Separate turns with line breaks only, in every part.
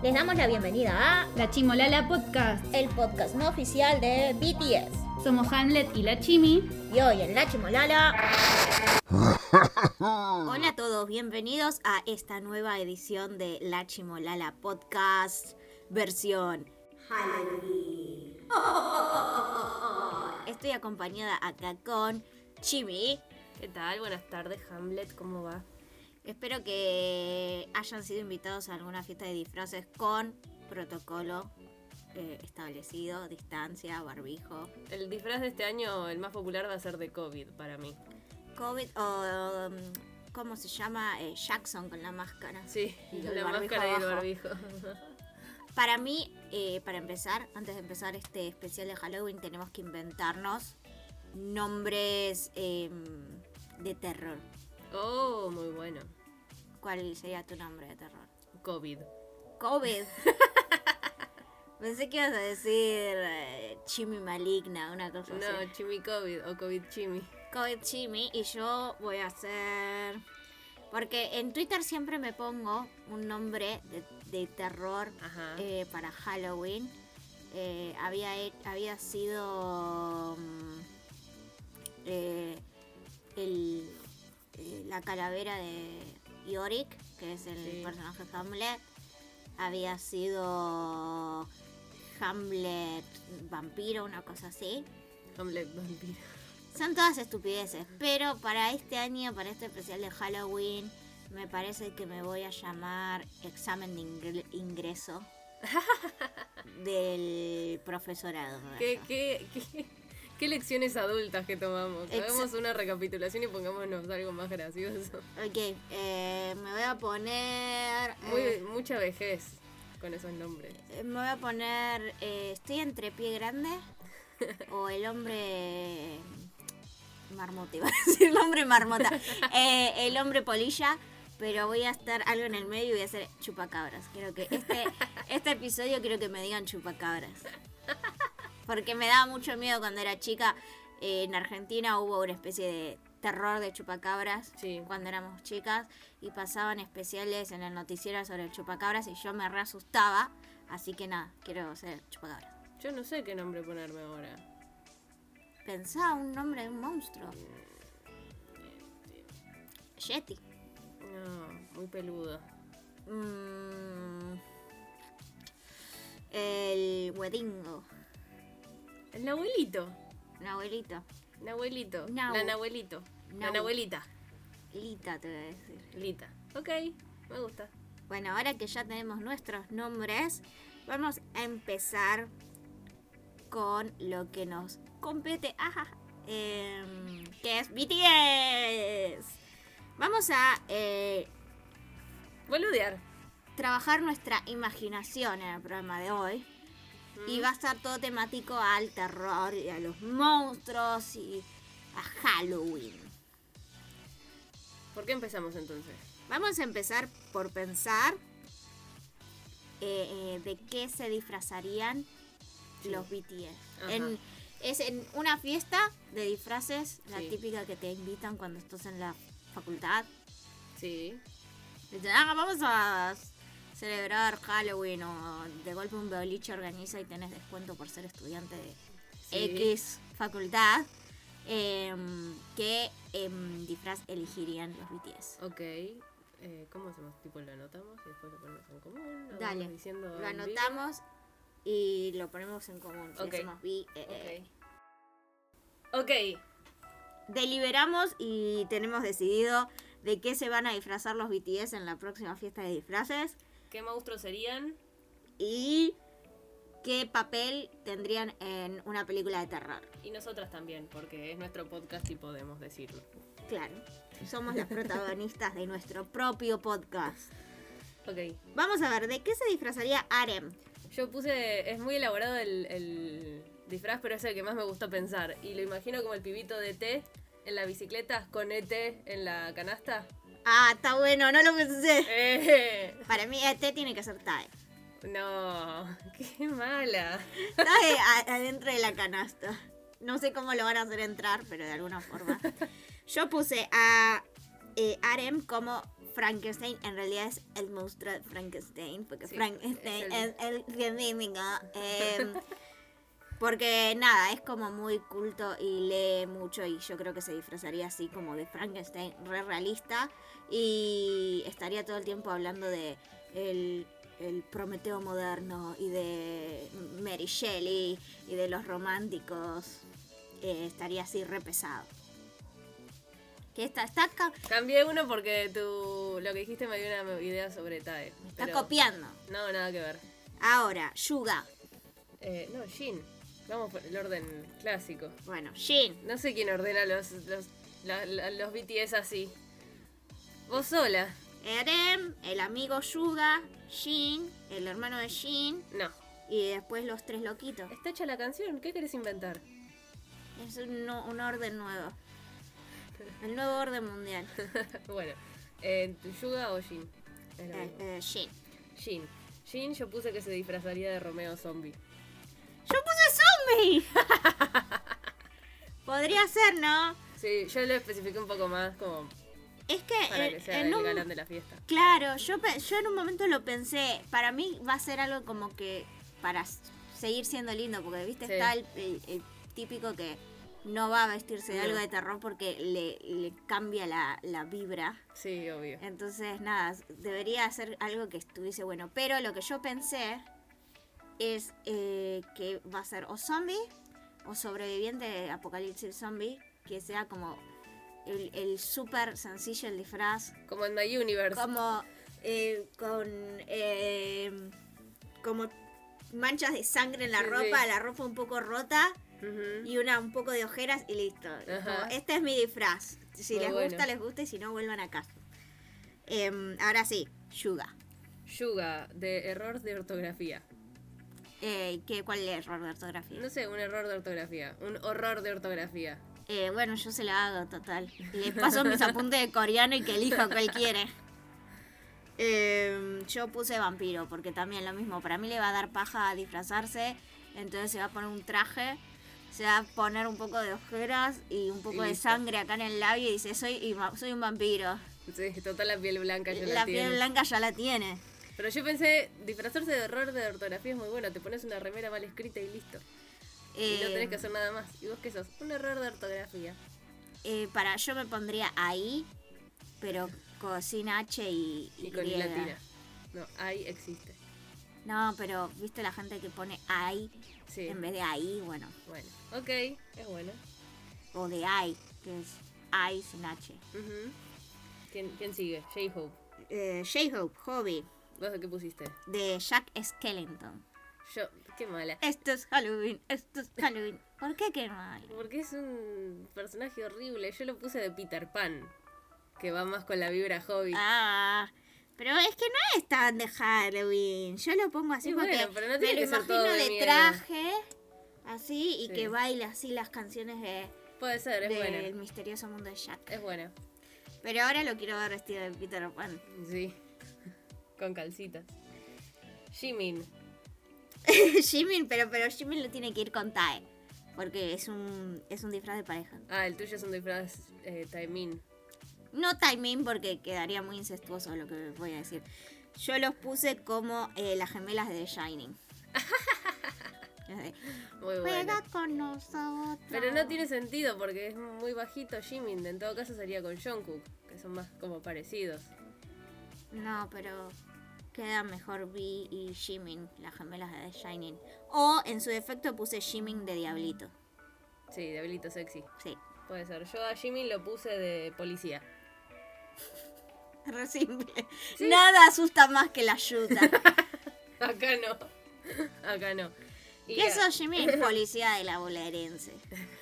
Les damos la bienvenida a
La Chimolala Podcast.
el podcast no oficial de BTS.
Somos Hamlet y la Chimi.
Y hoy en La Chimolala... Hola a todos, bienvenidos a esta nueva edición de La Chimolala Podcast versión Halloween. Estoy acompañada acá con Chimi.
¿Qué tal? Buenas tardes, Hamlet, ¿cómo va?
Espero que hayan sido invitados a alguna fiesta de disfraces con protocolo establecido, distancia, barbijo.
El disfraz de este año, el más popular, va a ser de COVID para mí.
COVID o... ¿cómo se llama? Jackson con la máscara.
Sí,
Y
la
el barbijo
máscara y el
abajo.
barbijo.
Para mí, para empezar, antes de empezar este especial de Halloween, tenemos que inventarnos nombres de terror.
Oh, muy bueno.
¿Cuál sería tu nombre de terror?
COVID.
COVID. Pensé que ibas a decir Chimi Maligna, una cosa así.
No, Chimi COVID o COVID Chimi.
COVID Chimi, y yo voy a hacer... Porque en Twitter siempre me pongo un nombre de terror
Ajá.
para Halloween. Había sido la calavera de Yorick, que es el
Sí.
personaje Hamlet. Había sido Hamlet vampiro, una cosa así.
Hamlet vampiro.
Son todas estupideces, pero para este año, para este especial de Halloween, me parece que me voy a llamar examen de ingreso del profesorado. me voy a llamar.
¿Qué lecciones adultas que tomamos?
Exa-
Hagamos una recapitulación y pongámonos algo más gracioso.
Ok, me voy a poner...
Mucha vejez con esos nombres.
me voy a poner... estoy entre Pie Grande o el hombre... marmota, iba a decir el hombre marmota. El hombre polilla, pero voy a estar algo en el medio y voy a hacer chupacabras. Creo que este episodio quiero que me digan chupacabras. Porque me daba mucho miedo cuando era chica. En Argentina hubo una especie de terror de chupacabras
Sí.
cuando éramos chicas y pasaban especiales en el noticiero sobre el chupacabras y yo me re asustaba. Así que nada, quiero ser chupacabras.
Yo no sé qué nombre ponerme ahora.
Pensá un nombre de un monstruo. Yeti.
No, muy peludo.
El Wedingo.
El Nahuelito.
Un abuelito.
Nahuelito.
Nau.
La Nahuelito. La
Nau.
Nahuelita.
Lita te voy a decir.
Lita. Ok, me gusta.
Bueno, ahora que ya tenemos nuestros nombres, vamos a empezar con lo que nos compete. Ajá. Que es BTS. Vamos a
Boludear.
trabajar nuestra imaginación en el programa de hoy. Y va a estar todo temático al terror y a los monstruos y a Halloween.
¿Por qué empezamos entonces?
Vamos a empezar por pensar de qué se disfrazarían los BTS.
Ajá.
Es en una fiesta de disfraces, la
Sí.
típica que te invitan cuando estás en la facultad.
Sí.
Dicen, vamos a celebrar Halloween, o de golpe un boliche organiza y tenés descuento por ser estudiante de
Sí.
X facultad. ¿Qué disfraz elegirían los BTS?
Ok. ¿Cómo hacemos? Tipo, lo anotamos y después lo ponemos en común. ¿Lo
Dale,
vamos diciendo
lo
en vivo?
anotamos y lo ponemos en común. Y
Ok.
hacemos
Ok.
Deliberamos y tenemos decidido de qué se van a disfrazar los BTS en la próxima fiesta de disfraces
¿Qué monstruos serían?
y qué papel tendrían en una película de terror.
Y nosotras también, porque es nuestro podcast y podemos decirlo.
Claro, somos las protagonistas de nuestro propio podcast.
Ok.
Vamos a ver, ¿de qué se disfrazaría Arem?
Yo puse... Es muy elaborado el disfraz, pero es el que más me gustó pensar. Y lo imagino como el pibito de ET en la bicicleta con ET en la canasta.
Ah, está bueno, no lo pensé.
¡Eh!
Para mí ET tiene que ser Tae.
No, qué mala.
Tae adentro de la canasta. No sé cómo lo van a hacer entrar, pero de alguna forma. Yo puse a Arem como Frankenstein, en realidad es el monstruo de Frankenstein, porque
Sí,
Frankenstein
es
es el científico. Porque nada, es como muy culto y lee mucho y yo creo que se disfrazaría así como de Frankenstein, re realista, y estaría todo el tiempo hablando de el Prometeo moderno y de Mary Shelley y de los románticos. Estaría así re pesado. Que está
Cambié uno porque lo que dijiste me dio una idea sobre Tae.
está
pero
copiando.
No, nada que ver.
Ahora, Yuga.
No, Jin. Vamos por el orden clásico.
Bueno, Jin.
No sé quién ordena los BTS así. Vos sola.
Eren, el amigo Yuga, Jin, el hermano de Jin,
No.
y después los tres loquitos.
Está hecha la canción. ¿Qué querés inventar?
Es un orden nuevo. El nuevo orden mundial.
Bueno. ¿Yuga o Jin? Es lo mismo.
Jin.
Jin. Jin yo puse que se disfrazaría de Romeo Zombie.
¡Yo puse zombie! Podría ser, ¿no?
Sí, yo lo especifiqué un poco más como
Es que,
para que sea el galán de la fiesta.
Claro, yo en un momento lo pensé. Para mí va a ser algo como que para seguir siendo lindo, porque viste,
Sí.
está el típico que no va a vestirse de
No.
algo de terror porque le cambia la vibra.
Sí, obvio.
Entonces, nada, debería ser algo que estuviese bueno. Pero lo que yo pensé es que va a ser o zombie o sobreviviente de apocalipsis zombie, que sea como el súper sencillo el disfraz,
Como en My Universe.
como como manchas de sangre en la
Sí,
ropa,
sí.
la ropa un poco rota
Ujú.
y un poco de ojeras y listo.
Ajá.
Como, este es mi disfraz. Si
Muy
les
bueno.
gusta, les gusta, y si no, vuelvan a casa. Ahora sí, Yuga.
Yuga, de error de ortografía.
¿Cuál es el error de ortografía?
No sé, un error de ortografía. Un horror de ortografía.
Bueno, yo se la hago, total. Le paso mis apuntes de coreano y que elija cuál quiere. Yo puse vampiro, porque también lo mismo. Para mí le va a dar paja a disfrazarse. Entonces se va a poner un traje, se va a poner un poco de ojeras y un poco
Y
de
listo.
sangre acá en el labio y dice, soy un vampiro.
Sí, total la piel blanca ya
La
tiene.
piel blanca ya la tiene.
Pero yo pensé, disfrazarse de error de ortografía es muy bueno. Te pones una remera mal escrita y listo. Y no tenés que hacer nada más. ¿Y vos qué sos? Un error de ortografía.
Yo me pondría ahí, pero sin H y
Y con
Y.
I latina. No, ahí existe.
No, pero viste la gente que pone ahí
Sí.
en vez de ahí, bueno.
Bueno, ok, es bueno.
O de I, que es I sin H.
Ujú. ¿Quién sigue? J-Hope.
J-Hope, Hobby,
¿Vos de qué pusiste?
de Jack Skellington.
Yo, qué mala.
Esto es Halloween, esto es Halloween. ¿Por qué qué mal?
Porque es un personaje horrible. Yo lo puse de Peter Pan. Que va más con la vibra hobby.
Ah, pero es que no es tan de Halloween. Yo lo pongo así
Sí,
porque
bueno, pero no
me
tiene
lo
que ser
imagino
todo de
de
miedo.
traje, así, y
Sí.
que baile así las canciones
Puede ser, es
del
buena.
misterioso mundo de Jack.
Es buena.
Pero ahora lo quiero ver vestido de Peter Pan.
Sí. Con calcitas. Jimin.
Jimin, pero Jimin lo tiene que ir con Tae. Porque es un disfraz de pareja.
Ah, el tuyo es un disfraz Taemin.
No Taemin porque quedaría muy incestuoso lo que voy a decir. Yo los puse como las gemelas de The Shining.
Muy
Juega
bueno.
con nosotros.
Pero no tiene sentido porque es muy bajito Jimin. En todo caso sería con Jungkook, que son más como parecidos.
No, pero queda mejor V y Jimin, las gemelas de The Shining. O en su defecto puse Jimin de Diablito.
Sí, debilito sexy.
Sí.
Puede ser. Yo a Jimin lo puse de policía.
Re simple.
Sí.
Nada asusta más que la yuta.
Acá no. Acá no. Y
¿Qué sos, Jimin? Policía de la bonaerense.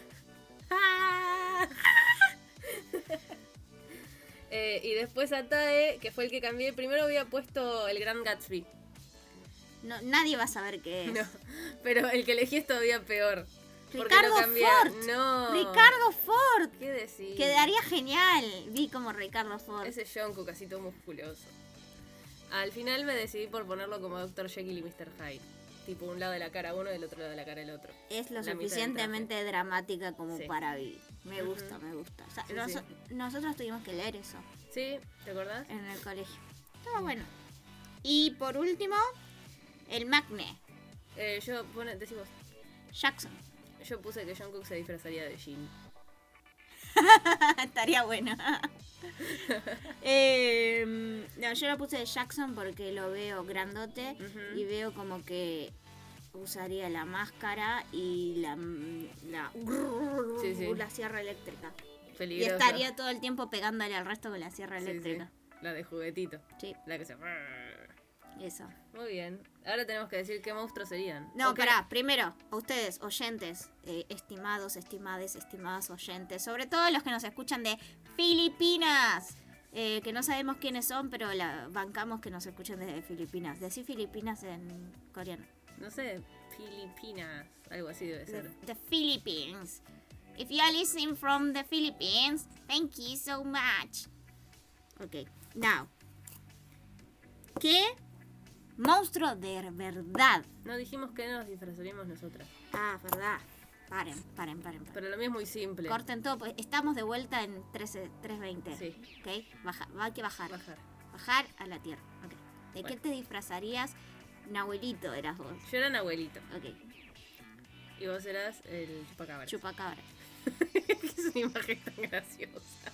Y después a Tae, que fue el que cambié. Primero había puesto el Gran Gatsby.
No, nadie va a saber qué es.
No, pero el que elegí es todavía peor. Porque
Ricardo
lo cambié.
Ford.
No.
Ricardo Ford.
¿Qué decís?
Quedaría genial. Vi como Ricardo Ford.
Ese Jungkook así todo musculoso. Al final me decidí por ponerlo como Dr. Jekyll y Mr. Hyde. tipo un lado de la cara uno y el otro lado de la cara el otro.
Es lo
La mitad del
suficientemente dramática como
Sí.
para vivir. Me gusta. O sea,
Sí,
nosotros tuvimos que leer eso
Sí, ¿te acordás?
en el colegio. Estaba bueno. Y por último, el Magne
Decí vos.
Jackson.
Yo puse que Jungkook se disfrazaría de Jin.
Estaría bueno. No, yo lo puse de Jackson porque lo veo grandote y veo como que usaría la máscara y la
Sí.
la sierra eléctrica.
Peligroso.
Y estaría todo el tiempo pegándole al resto con la sierra
Sí,
eléctrica.
sí. La de juguetito.
Sí,
La que se...
eso.
Muy bien. Ahora tenemos que decir qué monstruos serían.
No,
Ok.
pará, primero, a ustedes, oyentes, estimados, estimadas oyentes, sobre todo los que nos escuchan de Filipinas, que no sabemos quiénes son, pero bancamos que nos escuchen desde Filipinas. Decí Filipinas en coreano.
No sé, Filipinas. Algo así debe ser.
The Philippines. If you are listening from the Philippines, thank you so much. Ok, now. ¿Qué monstruo de verdad?
No dijimos que nos disfrazaríamos nosotras.
Ah, verdad. Paren.
Pero lo mío es muy simple.
Corten todo, pues estamos de vuelta en 320.
Sí.
¿Ok? Hay que bajar.
Bajar.
Bajar a la tierra. Ok. ¿De
Bueno.
qué te disfrazarías? Nahuelito eras vos.
Yo era un abuelito.
Ok.
Y vos eras el chupacabra.
Chupacabra.
Es una imagen tan graciosa.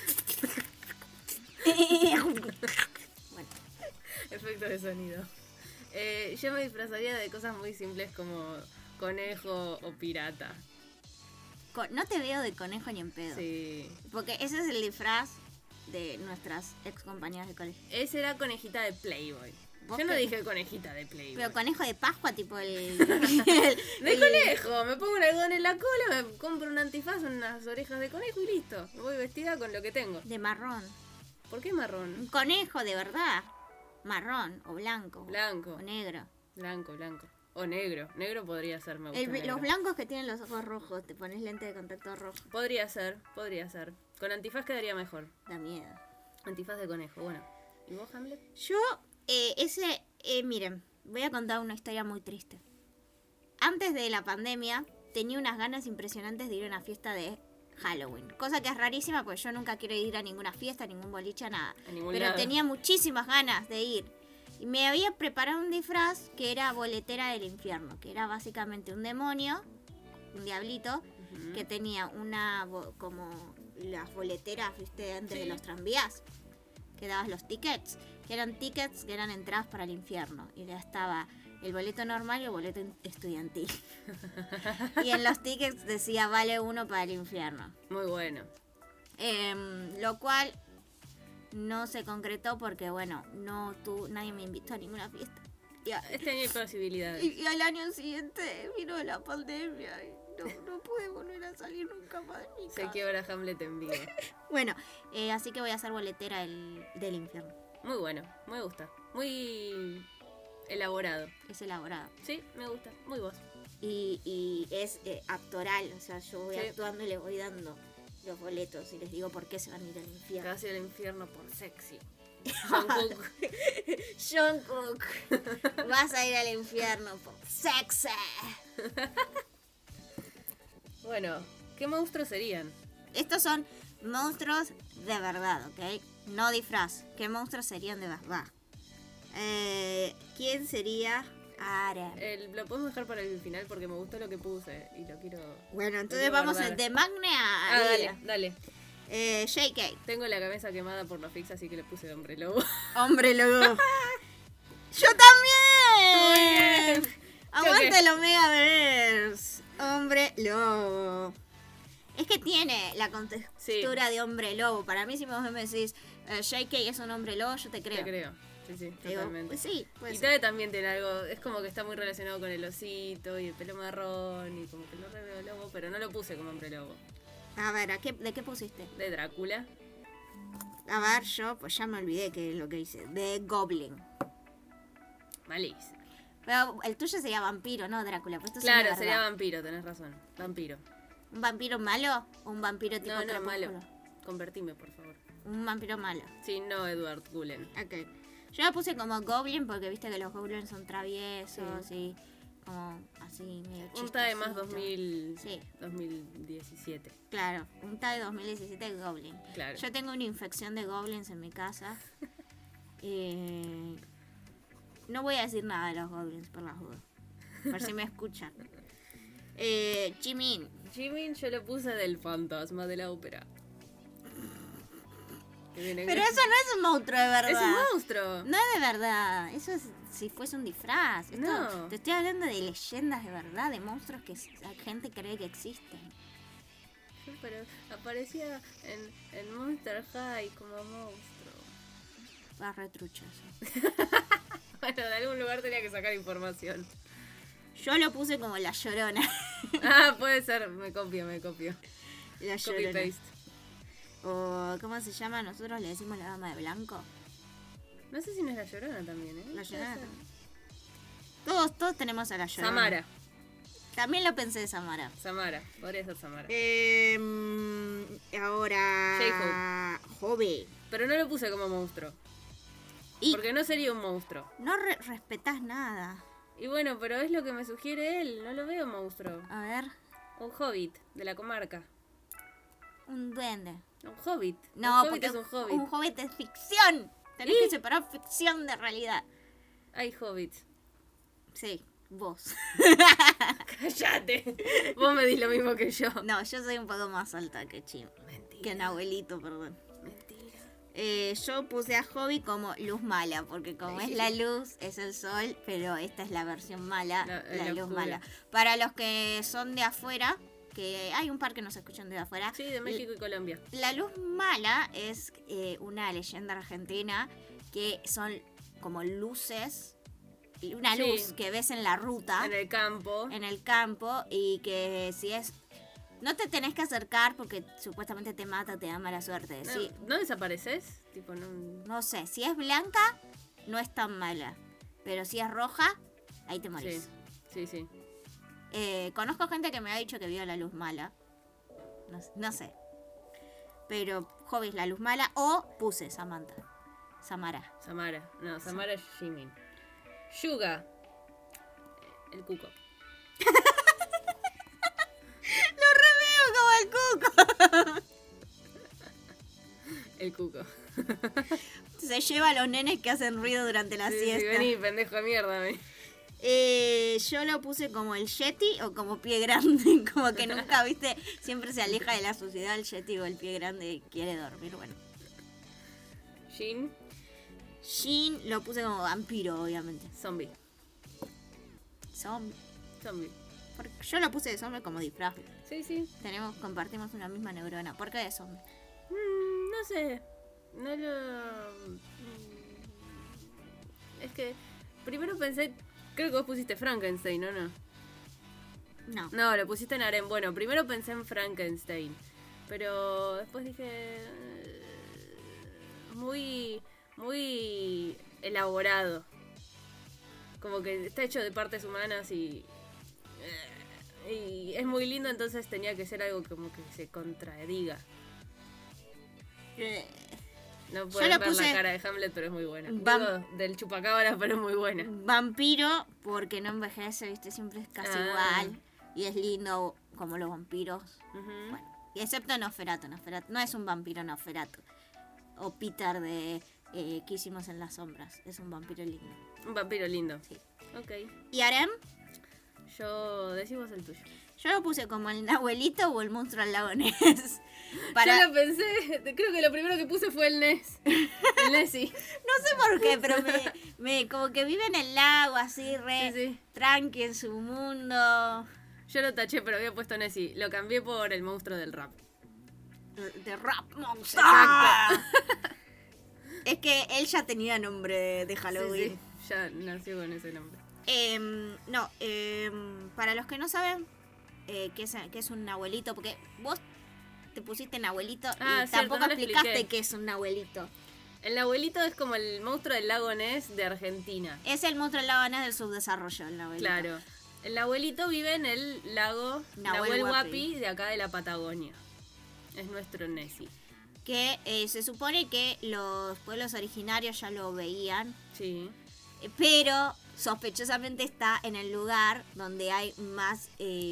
Bueno,
Efecto de sonido. Yo me disfrazaría de cosas muy simples como conejo o pirata.
no te veo de conejo ni en pedo.
Sí.
Porque ese es el disfraz de nuestras ex compañeras de colegio.
Ese era conejita de Playboy.
¿Vos
Yo no
qué?
dije conejita de Playboy.
Pero conejo de Pascua, tipo el.
De conejo, me pongo un algodón en la cola, me compro un antifaz, unas orejas de conejo y listo. Me voy vestida con lo que tengo.
De marrón.
¿Por qué marrón?
Un conejo de verdad. Marrón o blanco.
Blanco.
O negro.
Blanco. O negro. Negro podría ser, me gusta. el negro.
Los blancos que tienen los ojos rojos, te pones lente de contacto rojo.
Podría ser. Con antifaz quedaría mejor.
Da miedo.
Antifaz de conejo, bueno. ¿Y vos, Hamlet?
Yo, miren, voy a contar una historia muy triste. Antes de la pandemia, tenía unas ganas impresionantes de ir a una fiesta de Halloween. Cosa que es rarísima porque yo nunca quiero ir a ninguna fiesta, a ningún boliche, a nada.
A ningún
Pero
lado.
tenía muchísimas ganas de ir. Y me había preparado un disfraz que era boletera del infierno, que era básicamente un demonio, un diablito, que tenía como las boleteras, viste, antes
Sí.
de los tranvías, que dabas los tickets, que eran entradas para el infierno. Y ya estaba el boleto normal y el boleto estudiantil. Y en los tickets decía vale 1 para el infierno.
Muy bueno.
Lo cual no se concretó porque, bueno, nadie me invitó a ninguna fiesta.
Este año hay posibilidades.
Y al año siguiente vino la pandemia y no pude volver a salir nunca más de mi
Se
casa.
quiebra Hamlet en vivo.
Bueno, así que voy a hacer boletera del infierno.
Muy bueno, me gusta. Muy elaborado.
Es elaborado.
Sí, me gusta. Muy vos.
Y es actoral, o sea, yo voy
Sí.
actuando y le voy dando los boletos y les digo por qué se van a ir al infierno.
Casi al infierno por sexy. Jungkook.
Jungkook, vas a ir al infierno por sexy.
Bueno, ¿qué monstruos serían?
Estos son monstruos de verdad, ¿ok? No disfraz. ¿Qué monstruos serían de verdad? ¿Quién sería Arem?
Lo podemos dejar para el final porque me gustó lo que puse y lo quiero...
Bueno,
lo
entonces
quiero
vamos
guardar.
de Magne a
Dale,
Lila.
dale.
JK.
Tengo la cabeza quemada por los fix, así que le puse de hombre lobo.
Hombre lobo. ¡Yo también! ¡Aguante el Omegaverse! Hombre lobo. Es que tiene la contextura de hombre lobo. Para mí, si vos me decís JK es un hombre lobo, yo te creo.
Te creo. Sí, sí,
Digo,
totalmente.
pues sí, puede
Y
ser.
Tae también tiene algo, es como que está muy relacionado con el osito y el pelo marrón y como que lo reveo lobo, pero no lo puse como hombre lobo.
A ver, ¿de qué pusiste?
De Drácula.
A ver, yo pues ya me olvidé que es lo que hice. De Goblin.
Malísimo.
Pero el tuyo sería vampiro, ¿no, Drácula? Pues esto
Claro,
sería
sería
verdad.
vampiro, tenés razón. Vampiro.
¿Un vampiro malo o un vampiro tipo
No, no,
Crepúsculo?
malo. Convertime, por favor.
Un vampiro malo.
Sí, no Edward Cullen.
Ok. Yo la puse como Goblin porque viste que los Goblins son traviesos y como así medio
Un TAE más
chistosito. Sí,
2017.
claro, un TAE 2017 Goblin.
Claro.
Yo tengo una infección de goblins en mi casa. No voy a decir nada de los goblins por las dudas. Por si me escuchan. Jimin.
Jimin yo le puse del fantasma de la ópera.
Pero eso no es un monstruo de verdad.
Es un monstruo.
No es de verdad. Eso es si fuese un disfraz.
No.
Te estoy hablando de leyendas de verdad, de monstruos que la gente cree que existen.
Pero aparecía en Monster High como monstruo.
Va retruchoso.
Bueno, de algún lugar tenía que sacar información.
Yo lo puse como la Llorona.
Ah, puede ser. Me copio.
La
Copy
Llorona.
paste.
O, ¿cómo se llama? Nosotros le decimos la Dama de Blanco.
No sé si no es la Llorona también, ¿eh?
La Llorona.
Puede ser.
Todos tenemos a la Llorona.
Samara.
También lo pensé de Samara.
Samara. Podría ser Samara.
Ahora... Hobby.
Pero no lo puse como monstruo.
Y
Porque no sería un monstruo.
no respetás nada.
Y bueno, pero es lo que me sugiere él. No lo veo monstruo.
A ver,
Un hobbit de la comarca.
un duende.
Un hobbit.
No,
un hobbit
porque
es un hobbit.
un hobbit es ficción. Tenés
¿Y?
que separar ficción de realidad.
Hay hobbits.
Sí, vos.
Cállate. Vos me dis lo mismo que yo.
No, yo soy un poco más alta que Chim.
Mentira.
Que Nahuelito, perdón.
Mentira.
Yo puse a Hobby como luz mala, porque como es la luz, es el sol, pero esta es la versión mala, la luz
oscura.
mala. Para los que son de afuera, que hay un par que nos escuchan de afuera,
Sí, de México y Colombia.
la luz mala es una leyenda argentina que son como luces, una
Sí.
luz que ves en la ruta,
En el campo.
en el campo, y que si es... No te tenés que acercar porque supuestamente te mata, te da mala suerte.
No,
Sí,
¿no desapareces? Tipo, no.
no sé, si es blanca, no es tan mala. Pero si es roja, ahí te morís.
Sí.
Conozco gente que me ha dicho que vio la luz mala. No sé. Pero Hobby es la luz mala o puse Samara.
Samara. No, Samara es Jimin. Yuga. El cuco.
Lo reveo como el cuco.
El cuco.
Se lleva a los nenes que hacen ruido durante la
Sí,
siesta.
vení, pendejo de mierda, vení.
Yo lo puse como el Yeti o como pie grande, como que nunca, viste, siempre se aleja de la sociedad el Yeti o el pie grande y quiere dormir, bueno.
Jin,
Jin lo puse como vampiro, obviamente.
zombie.
Zombie.
Zombie.
Yo lo puse de zombie como disfraz.
Sí.
Compartimos una misma neurona. ¿Por qué de zombie?
No sé. No lo. Es que primero pensé. Creo que vos pusiste Frankenstein, ¿o no?
No.
No, lo pusiste en harem. Bueno, primero pensé en Frankenstein. Pero después dije. Muy elaborado. Como que está hecho de partes humanas y es muy lindo, entonces tenía que ser algo como que se contradiga. No puedes
lo
ver
puse
la cara de Hamlet, pero es muy buena.
vam-
Digo, del chupacabra, pero es muy buena.
Vampiro, porque no envejece, viste, siempre es casi igual. Y es lindo como los vampiros.
Ujú.
Bueno, y excepto Nosferatu. Nosferatu no es un vampiro Nosferatu. O Peter de ¿Qué hicimos en las sombras? Es un vampiro lindo.
Un vampiro lindo.
Sí.
Ok.
¿Y Harem?
Yo decimos el tuyo.
Yo lo puse como el Nahuelito o el monstruo al lago Ness.
Yo lo pensé, creo que lo primero que puse fue el Ness. El Nessie.
No sé por qué, pero me como que vive en el lago así, re
Sí.
tranqui en su mundo.
Yo lo taché, pero había puesto Nessie. Lo cambié por el monstruo del rap.
De Rap Monster.
Exacto.
Es que él ya tenía nombre de Halloween.
Sí, ya nació con ese nombre.
Para los que no saben qué es un nahuelito, porque vos te pusiste nahuelito y
Cierto,
tampoco
no lo
explicaste
expliqué.
qué es un nahuelito.
El abuelito es como el monstruo del lago Ness de Argentina.
Es el monstruo del lago Ness del subdesarrollo, el nahuelito.
Claro. El abuelito vive en el lago
Nahuel
Nahuel
Huapi.
Huapi de acá de la Patagonia. Es nuestro Nessie.
Que se supone que los pueblos originarios ya lo veían,
Sí.
pero sospechosamente está en el lugar donde hay más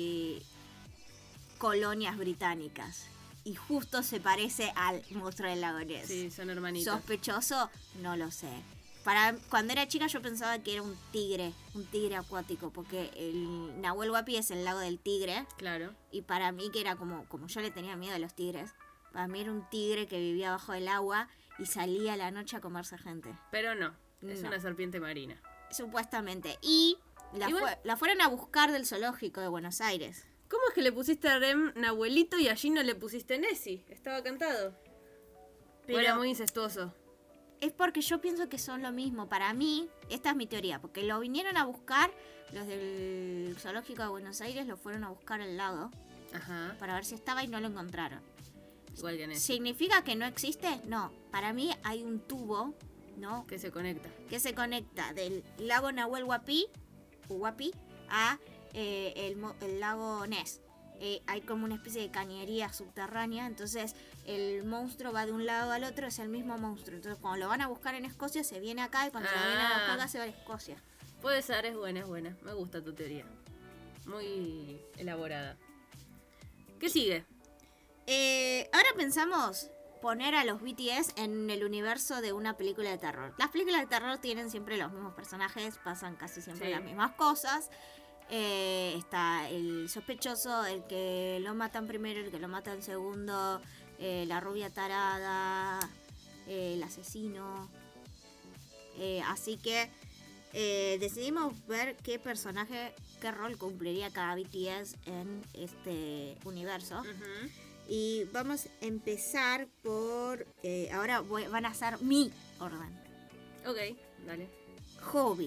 colonias británicas. Y justo se parece al monstruo del lago Ness.
Sí, son hermanitos.
¿Sospechoso? No lo sé. Cuando era chica yo pensaba que era un tigre acuático, porque el Nahuel Huapi es el lago del tigre.
Claro.
Y para mí que era como yo le tenía miedo a los tigres, para mí era un tigre que vivía bajo el agua y salía a la noche a comerse gente.
Pero no, es
No.
una serpiente marina.
Supuestamente. Y la fueron a buscar del zoológico de Buenos Aires.
¿Cómo es que le pusiste a Rem Nahuelito y allí no le pusiste Nessie? Estaba cantado.
Pero-
O era muy incestuoso.
Es porque yo pienso que son lo mismo. Para mí, esta es mi teoría, porque lo vinieron a buscar, los del zoológico de Buenos Aires lo fueron a buscar al lago
Ajá.
para ver si estaba y no lo encontraron.
Igual que Nessie.
¿Significa que no existe? No. Para mí hay un tubo, ¿no?
Que se conecta.
Que se conecta del lago Nahuel Huapi a el lago Ness. Hay como una especie de cañería subterránea, entonces el monstruo va de un lado al otro, es el mismo monstruo. Entonces cuando lo van a buscar en Escocia se viene acá y cuando lo vienen a buscar acá se va a Escocia.
Puede ser, es buena, es buena. Me gusta tu teoría. Muy elaborada. ¿Qué sigue?
Ahora pensamos poner a los BTS en el universo de una película de terror. Las películas de terror tienen siempre los mismos personajes, pasan casi siempre
Sí.
las mismas cosas. Está el sospechoso, el que lo matan primero, el que lo matan segundo, la rubia tarada, el asesino. Así que decidimos ver qué personaje, qué rol cumpliría cada BTS en este universo.
Ujú.
Y vamos a empezar por... ahora van a hacer mi orden.
Ok, dale.
Hobby.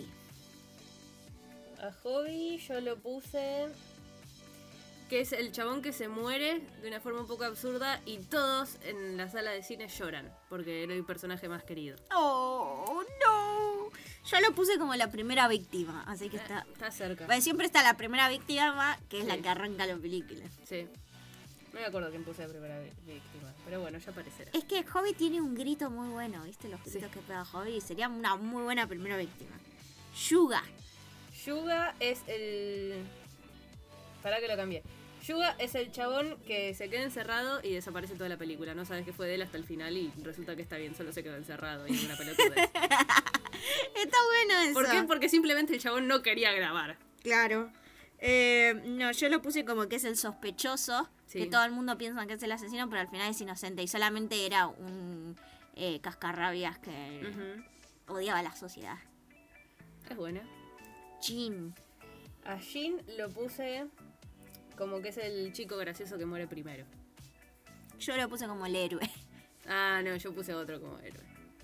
A Hobby yo lo puse... Que es el chabón que se muere de una forma un poco absurda y todos en la sala de cine lloran porque era el personaje más querido.
Oh, no. Yo lo puse como la primera víctima, así que está...
Está cerca.
Bueno, siempre está la primera víctima, que es la
Sí.
que arranca la película.
Sí. No me acuerdo quién puse la primera víctima, pero bueno, ya aparecerá.
Es que Hobby tiene un grito muy bueno, ¿viste? Los gritos
Sí.
que pega Hobby. Sería una muy buena primera víctima. Yuga.
Yuga es el... Pará que lo cambié. Yuga es el chabón que se queda encerrado y desaparece toda la película. No sabes qué fue de él hasta el final y resulta que está bien, solo se quedó encerrado y en una pelotudez.
Está bueno eso.
¿Por qué? Porque simplemente el chabón no quería grabar.
Claro. No, yo lo puse como que es el sospechoso,
Sí.
que todo el mundo piensa que es el asesino, pero al final es inocente y solamente era un cascarrabias que
Ujú.
odiaba a la sociedad.
Es buena.
Jin.
A Jin lo puse como que es el chico gracioso que muere primero.
Yo lo puse como el héroe.
Ah, no, yo puse otro como héroe.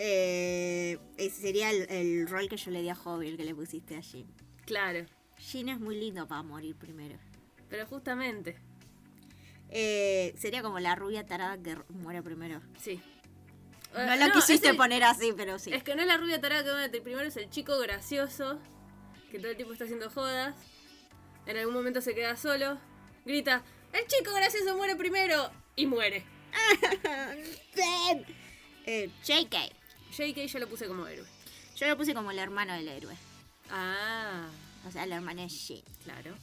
Ese sería el rol que yo le di a Hobby, el que le pusiste a Jin.
Claro,
Jin es muy lindo para morir primero.
pero justamente,
Sería como la rubia tarada que muere primero.
sí.
No lo quisiste
es el-
poner así, pero sí.
Es que no es la rubia tarada que muere primero, es el chico gracioso que todo el tiempo está haciendo jodas. En algún momento se queda solo, grita, ¡el chico gracioso muere primero! Y muere.
Ben. JK.
JK yo lo puse como héroe.
Yo lo puse como el hermano del héroe.
Ah,
O sea, el hermano es Jin.
claro.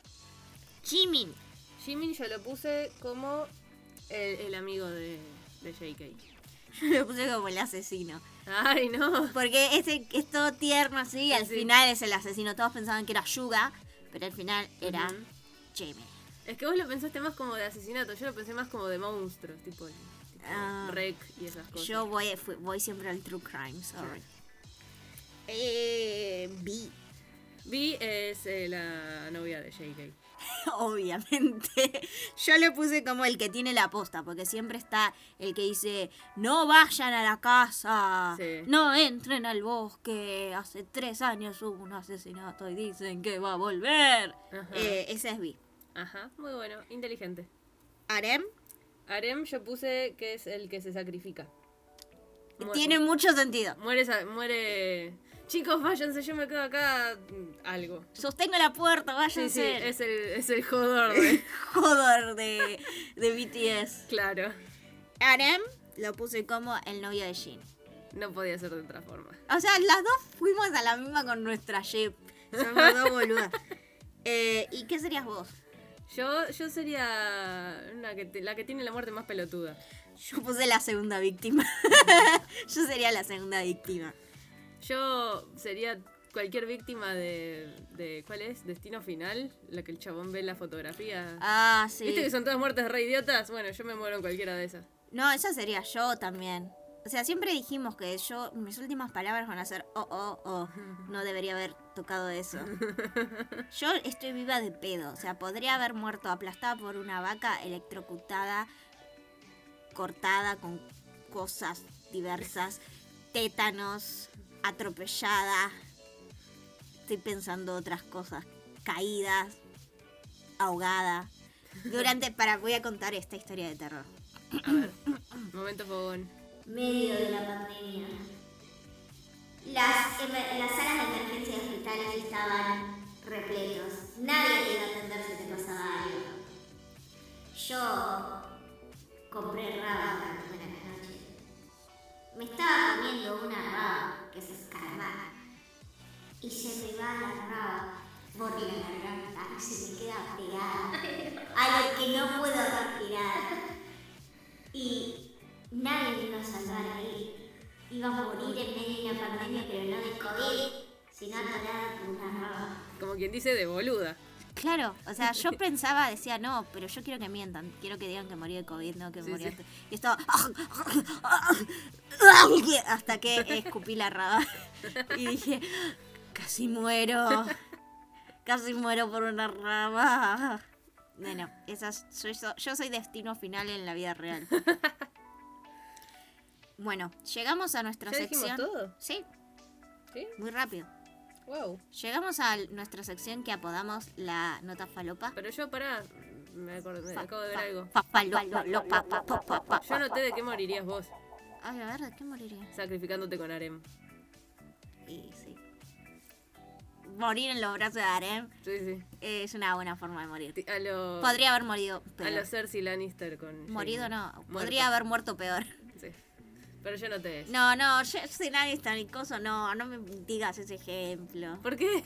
Jimin.
Jimin yo lo puse como el amigo de JK.
Yo lo puse como el asesino.
Ay, no.
Porque es todo tierno así y al
Sí.
final es el asesino. Todos pensaban que era Yuga, pero al final era
Ujú.
Jimin.
Es que vos lo pensaste más como de asesinato, yo lo pensé más como de monstruos, tipo
Ah.
Rec y esas cosas.
Yo voy siempre al true crime, sorry. B.
Vi es la novia de JK.
Obviamente. Yo le puse como el que tiene la posta, porque siempre está el que dice, no vayan a la casa,
Sí.
no entren al bosque, hace 3 años hubo un asesinato y dicen que va a volver.
Ajá.
Ese es B.
Ajá, muy bueno, inteligente.
Arem
Arem yo puse que es el que se sacrifica.
tiene mucho sentido.
Muere... Chicos, váyanse, yo me quedo acá. Algo.
Sostengo la puerta,
Sí, sí,
váyanse.
es el jodor de...
Joder de BTS.
Claro.
Arem lo puse como el novio de Jin.
No podía ser de otra forma.
O sea, las dos fuimos a la misma con nuestra Jeep. Somos dos boludas. ¿Y qué serías vos?
Yo sería la que tiene la muerte más pelotuda.
Yo puse la segunda víctima. Yo sería la segunda víctima.
Yo sería cualquier víctima de ¿cuál es? Destino Final, la que el chabón ve en la fotografía.
Ah, sí.
¿Viste que son todas muertes re idiotas? Bueno, yo me muero en cualquiera de esas.
No, esa sería yo también. O sea, siempre dijimos que mis últimas palabras van a ser no debería haber tocado eso. Yo estoy viva de pedo. O sea, podría haber muerto aplastada por una vaca, electrocutada, cortada con cosas diversas, tétanos, atropellada. Estoy pensando otras cosas, caídas, ahogada. Voy a contar esta historia de terror.
A ver, momento fogón.
Medio de la pandemia. Las salas de emergencia de hospitales estaban repletos. Nadie te iba a atender si te pasaba algo. Yo compré raba para comer a la noche. Me estaba comiendo una raba que se escarabaja. Y se me va la raba por la garganta y se me queda pegada. A lo que no puedo respirar. Y nadie me iba a salvar ahí. Iba a morir en medio de una pandemia, pero no de COVID, sino atorada por una raba.
Como quien dice, de boluda.
Claro, o sea, yo decía, no, pero yo quiero que mientan. Quiero que digan que morí de COVID, no que morí de... Y estaba... Hasta que escupí la raba. Y dije, casi muero. Casi muero por una raba. Bueno, yo soy Destino Final en la vida real. Bueno, llegamos a nuestra
¿Ya
sección.
dijimos todo?
Sí,
¿Sí?
muy rápido.
Wow.
Llegamos a nuestra sección que apodamos la nota falopa.
Pero yo, me acabo de ver algo.
Falopa.
Yo noté de qué morirías vos,
Ay, a ver, ¿de qué moriría?
sacrificándote con harem.
Y sí. Morir en los brazos de Harem
Sí.
es una buena forma de morir.
A lo
Podría haber morido
a
peor.
lo Cersei Lannister con
Morido
Jaime.
no,
Muerto.
podría haber muerto peor.
Sí. Pero yo noté eso.
No, yo soy Lannister ni coso, no me digas ese ejemplo.
¿Por qué?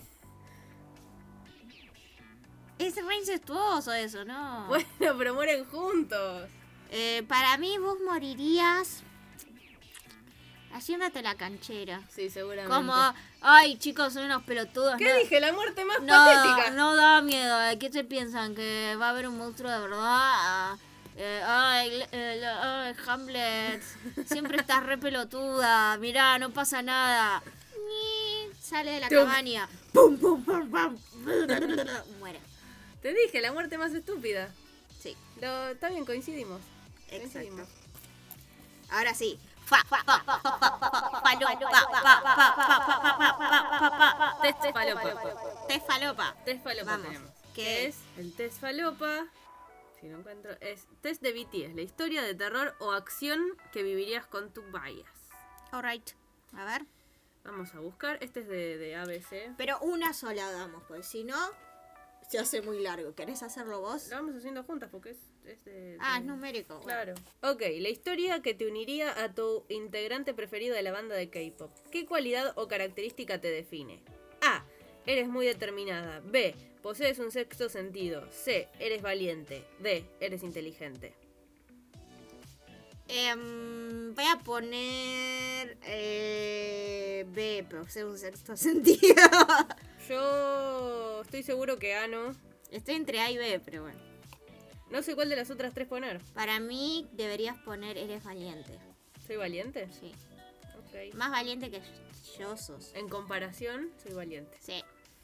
Es re incestuoso eso, ¿no?
Bueno, pero mueren juntos.
Para mí vos morirías haciéndote la canchera.
Sí, seguramente.
Como, ay chicos, son unos pelotudos.
¿Qué
no,
dije? La muerte más patética.
no da miedo. ¿Qué se piensan? ¿Que va a haber un monstruo de verdad? Ay, Hamlet, siempre estás re pelotuda. Mirá, no pasa nada. Ni, sale de la cabaña. Pum, pum, pum, pum. Muere.
Te dije, la muerte más estúpida.
Sí,
Está bien, coincidimos.
exacto.
Coincidimos.
Ahora sí.
Test falopa.
Test falopa.
Test falopa
Vamos.
tenemos.
¿Qué
¿Qué es? El test falopa. Si no encuentro. Es test de BTS. La historia de terror o acción que vivirías con tu bias.
Alright. A ver.
Vamos a buscar. Este es de ABC.
Pero una sola damos, pues si no, se hace muy largo. ¿Querés hacerlo vos?
Lo vamos haciendo juntas porque es de...
Ah, es numérico.
Claro. Ok, la historia que te uniría a tu integrante preferido de la banda de K-pop. ¿Qué cualidad o característica te define? A. Eres muy determinada. B. Posees un sexto sentido. C. Eres valiente. D. Eres inteligente.
Voy a poner B, pero hacer un sexto sentido.
Yo estoy seguro que A no.
Estoy entre A y B, pero bueno.
No sé cuál de las otras tres poner.
Para mí deberías poner eres valiente.
¿Soy valiente?
Sí.
Ok.
Más valiente que yo sos.
En comparación, soy valiente.
Sí.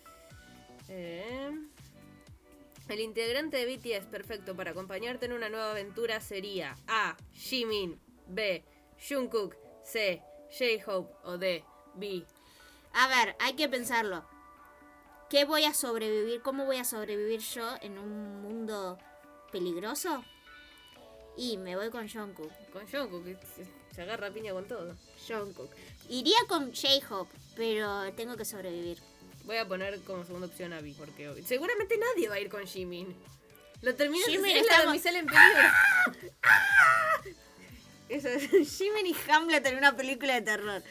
El integrante de BTS perfecto para acompañarte en una nueva aventura sería A. Jimin. B. Jungkook. C. J-Hope. O D. B.
A ver, hay que pensarlo. ¿Qué voy a sobrevivir? ¿Cómo voy a sobrevivir yo en un mundo peligroso? Y me voy con Jungkook.
Con Jungkook, que se agarra piña con todo.
Jungkook. Iría con J-Hope, pero tengo que sobrevivir.
Voy a poner como segunda opción a B, porque seguramente nadie va a ir con Jimin. Lo terminas de
Jimin
hacer la
está-
damisela en peligro.
Eso es Jiminy Hamlet en una película de terror.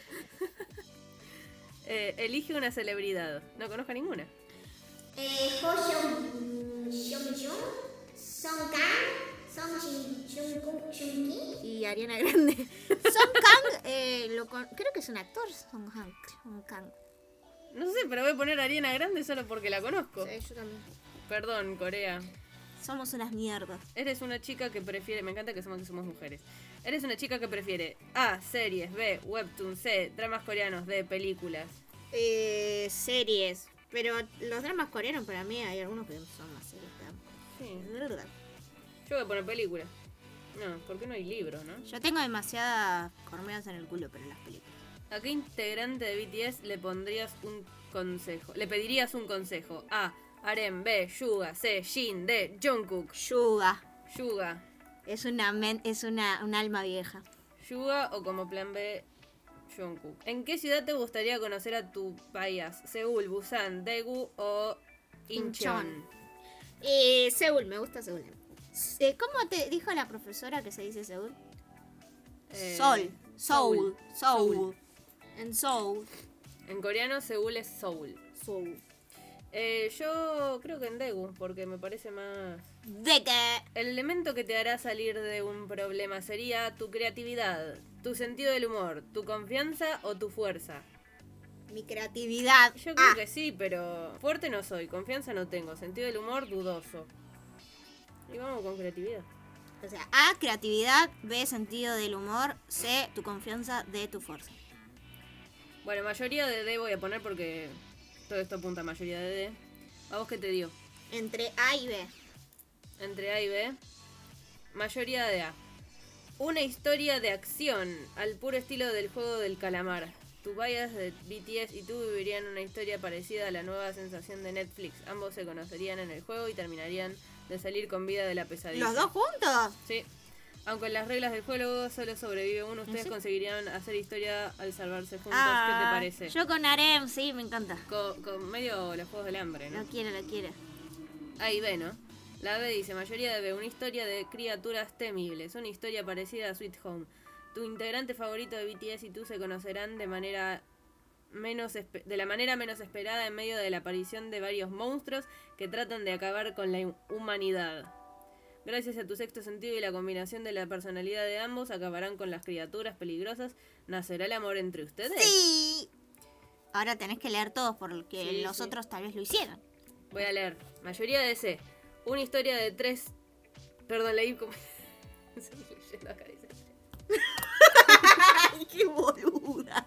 Elige una celebridad. No conozco a ninguna.
Ho Seung-jung, Song Kang, Jung-ki.
Y Ariana Grande. Song Kang, creo que es un actor, Song Kang.
No sé, pero voy a poner a Ariana Grande solo porque la conozco.
Sí, yo también.
Perdón, Corea.
Somos unas mierdas.
Eres una chica que prefiere... Me encanta que somos mujeres. Eres una chica que prefiere A, series, B, webtoon, C, dramas coreanos, D, películas.
Series. Pero los dramas coreanos para mí hay algunos que son más series.
Sí.
¿Verdad?
Yo voy a poner películas. No, porque no hay libros, ¿no?
Yo tengo demasiadas cormeas en el culo para las películas.
¿A qué integrante de BTS le pondrías un consejo? Le pedirías un consejo. A, RM, B, Suga, C, Jin, D, Jungkook.
Suga.
Suga.
Es un alma vieja.
Suga o como plan B, Jungkook. ¿En qué ciudad te gustaría conocer a tu país? ¿Seúl, Busan, Daegu o Incheon?
Seúl, me gusta Seúl. ¿Cómo te dijo la profesora que se dice Seúl? Seoul. En Seoul.
En coreano, Seúl es Seoul.
Seoul.
Yo creo que en Daegu, porque me parece más...
¿De qué?
El elemento que te hará salir de un problema sería tu creatividad, tu sentido del humor, tu confianza o tu fuerza.
Mi creatividad.
Yo creo que sí, pero fuerte no soy, confianza no tengo, sentido del humor dudoso. Y vamos con creatividad.
O sea, A, creatividad, B, sentido del humor, C, tu confianza, D, tu fuerza.
Bueno, mayoría de D voy a poner porque todo esto apunta a mayoría de D. ¿A vos qué te dio?
Entre A y B.
Entre A y B. Mayoría de A. Una historia de acción, al puro estilo del juego del calamar. Tu bias de BTS y tú vivirían una historia parecida a la nueva sensación de Netflix. Ambos se conocerían en el juego y terminarían de salir con vida de la pesadilla.
¿Los dos juntos?
Sí. Aunque en las reglas del juego solo sobrevive uno, ustedes conseguirían hacer historia al salvarse juntos. ¿Qué te parece?
Yo con Arem, sí, me encanta.
Con medio los juegos del hambre, ¿no?
Lo quiero.
A y B, ¿no? La B dice, mayoría de B, una historia de criaturas temibles, una historia parecida a Sweet Home. Tu integrante favorito de BTS y tú se conocerán de la manera menos esperada en medio de la aparición de varios monstruos que tratan de acabar con la humanidad. Gracias a tu sexto sentido y la combinación de la personalidad de ambos, acabarán con las criaturas peligrosas. ¿Nacerá el amor entre ustedes?
Sí. Ahora tenés que leer todos porque
Sí,
los
sí.
otros tal vez lo hicieron.
Voy a leer. Mayoría de C. Una historia de 3... Perdón, leí como... Estoy leyendo acá, dice.
¡Ay, qué boluda!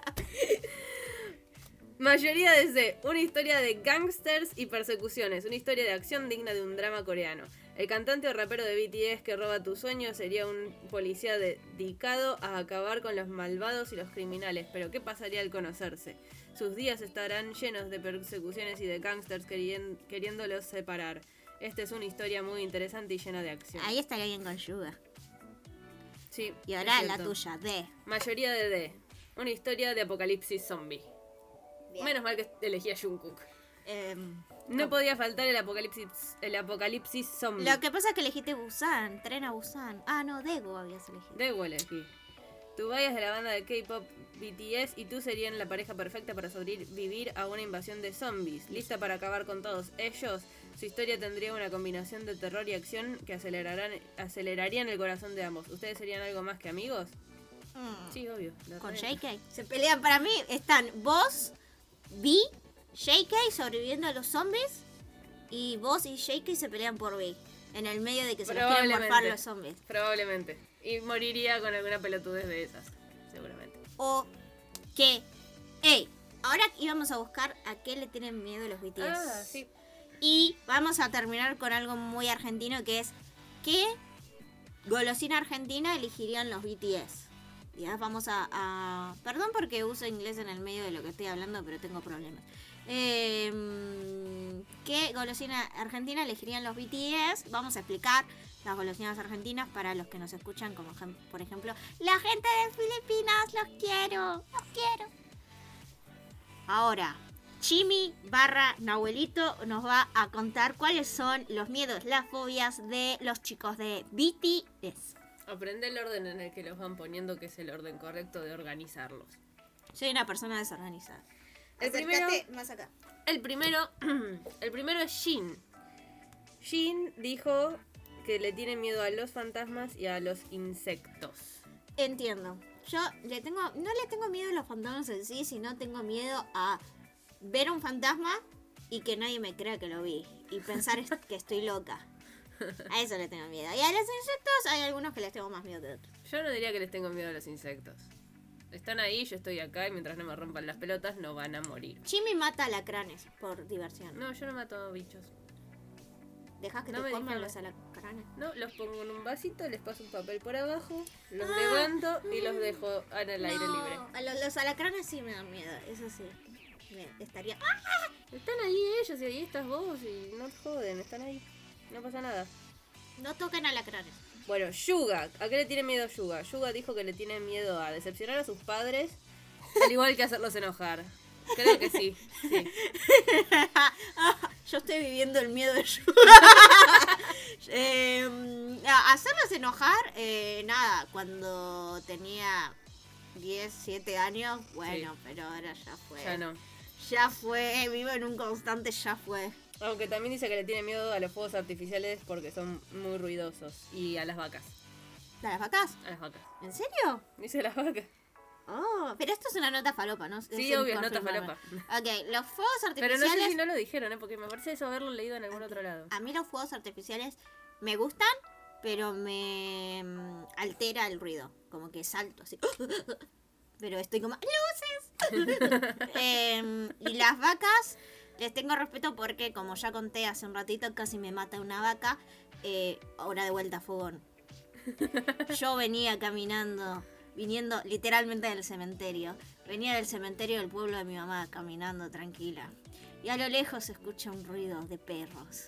Mayoría de C. Una historia de gangsters y persecuciones. Una historia de acción digna de un drama coreano. El cantante o rapero de BTS que roba tus sueños sería un policía dedicado a acabar con los malvados y los criminales. Pero ¿qué pasaría al conocerse? Sus días estarán llenos de persecuciones y de gangsters queriéndolos separar. Esta es una historia muy interesante y llena de acción.
Ahí estaría bien con Yuga.
Sí,
Y ahora
es
la
cierto.
tuya, D.
Mayoría de D. Una historia de apocalipsis zombie.
Bien.
Menos mal que elegí a Jungkook. No
¿cómo?
podía faltar el apocalipsis zombie.
Lo que pasa es que elegiste Busan, Tren a Busan. Ah, no, Daegu habías elegido.
De elegí. Tu vayas de la banda de K-pop BTS y tú serían la pareja perfecta para sobrevivir a una invasión de zombies. Lista para acabar con todos ellos. Su historia tendría una combinación de terror y acción que acelerarían el corazón de ambos. ¿Ustedes serían algo más que amigos? Sí, obvio.
Con JK. Se pelean para mí. Están vos, B, JK sobreviviendo a los zombies. Y vos y JK se pelean por B. En el medio de que se los quieren morfar los zombies.
Probablemente. Y moriría con alguna pelotudez de esas. Seguramente.
O que... Ey, ahora íbamos a buscar a qué le tienen miedo los BTS.
Ah, sí.
Y vamos a terminar con algo muy argentino que es... ¿Qué golosina argentina elegirían los BTS? Ya vamos a... Perdón porque uso inglés en el medio de lo que estoy hablando, pero tengo problemas. ¿Qué golosina argentina elegirían los BTS? Vamos a explicar las golosinas argentinas para los que nos escuchan, como por ejemplo, la gente de Filipinas, los quiero. Ahora, Chimi / Nahuelito nos va a contar cuáles son los miedos, las fobias de los chicos de BTS.
Aprende el orden en el que los van poniendo, que es el orden correcto de organizarlos.
Soy una persona desorganizada.
El
Acércate más acá.
El primero es Jin. Jin dijo que le tiene miedo a los fantasmas y a los insectos.
Entiendo. Yo no le tengo miedo a los fantasmas en sí, sino tengo miedo a ver un fantasma y que nadie me crea que lo vi. Y pensar que estoy loca. A eso le tengo miedo. Y a los insectos hay algunos que les tengo más miedo que otros.
Yo no diría que les tengo miedo a los insectos. Están ahí, yo estoy acá y mientras no me rompan las pelotas no van a morir.
Jimmy mata alacranes por diversión.
No, yo no mato bichos.
¿Dejas que
No me
te coman
dijeron.
los alacranes?
No, los pongo en un vasito, les paso un papel por abajo, los levanto y los dejo en el aire libre.
A los alacranes sí me dan miedo, eso sí. Estaría...
Están ahí ellos y ahí estás vos y no te joden, están ahí. No pasa nada.
No toquen alacranes.
Bueno, Yuga. ¿A qué le tiene miedo Yuga? Yuga dijo que le tiene miedo a decepcionar a sus padres, al igual que hacerlos enojar. Creo que sí.
Yo estoy viviendo el miedo de hacerlos enojar, nada, cuando tenía 10, 7 años, bueno,
Sí.
pero ahora ya fue.
Ya no.
Ya fue, vivo en un constante ya fue.
Aunque también dice que le tiene miedo a los fuegos artificiales porque son muy ruidosos. Y a las vacas.
¿De las vacas?
A las vacas.
¿En serio?
Dice las vacas.
Oh, pero esto es una nota falopa, ¿no?
Sí, obvio, nota falopa.
Ok, los fuegos
Pero
artificiales...
no sé si no lo dijeron, porque me parece eso haberlo leído en algún otro lado.
A mí los fuegos artificiales me gustan, pero me altera el ruido. Como que salto así. Pero estoy como... ¡Luces! Y las vacas les tengo respeto porque, como ya conté hace un ratito, casi me mata una vaca. Hora de vuelta a fogón. Yo venía caminando, viniendo literalmente del cementerio. Venía del cementerio del pueblo de mi mamá, caminando tranquila. Y a lo lejos se escucha un ruido de perros.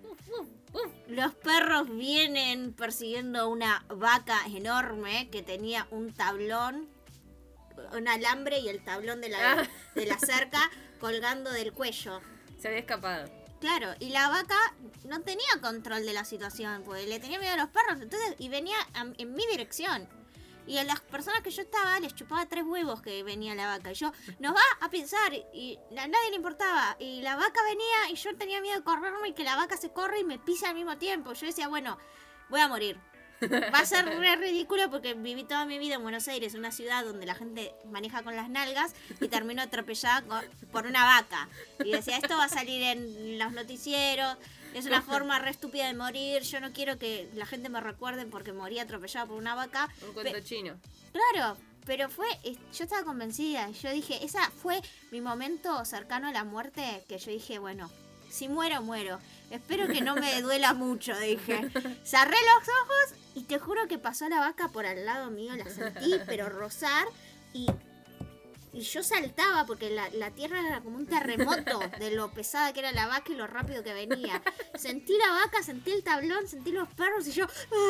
Los perros vienen persiguiendo una vaca enorme que tenía un tablón, un alambre y el tablón de la cerca colgando del cuello.
Se había escapado.
Claro, y la vaca no tenía control de la situación, porque le tenía miedo a los perros, entonces, y venía en mi dirección. Y a las personas que yo estaba les chupaba 3 huevos que venía la vaca. Y yo, nos va a pisar. Y a nadie le importaba. Y la vaca venía y yo tenía miedo de correrme y que la vaca se corre y me pisa al mismo tiempo. Yo decía, bueno, voy a morir. Va a ser re ridículo porque viví toda mi vida en Buenos Aires, una ciudad donde la gente maneja con las nalgas, y termino atropellada por una vaca. Y decía, esto va a salir en los noticieros, es una forma re estúpida de morir, yo no quiero que la gente me recuerde porque morí atropellada por una vaca.
Un cuento chino.
Claro, pero yo estaba convencida, yo dije, esa fue mi momento cercano a la muerte, que yo dije, bueno, si muero, muero. Espero que no me duela mucho, dije. Cerré los ojos y te juro que pasó la vaca por al lado mío, la sentí, pero rozar, y yo saltaba porque la tierra era como un terremoto de lo pesada que era la vaca y lo rápido que venía. Sentí la vaca, sentí el tablón, sentí los perros y yo...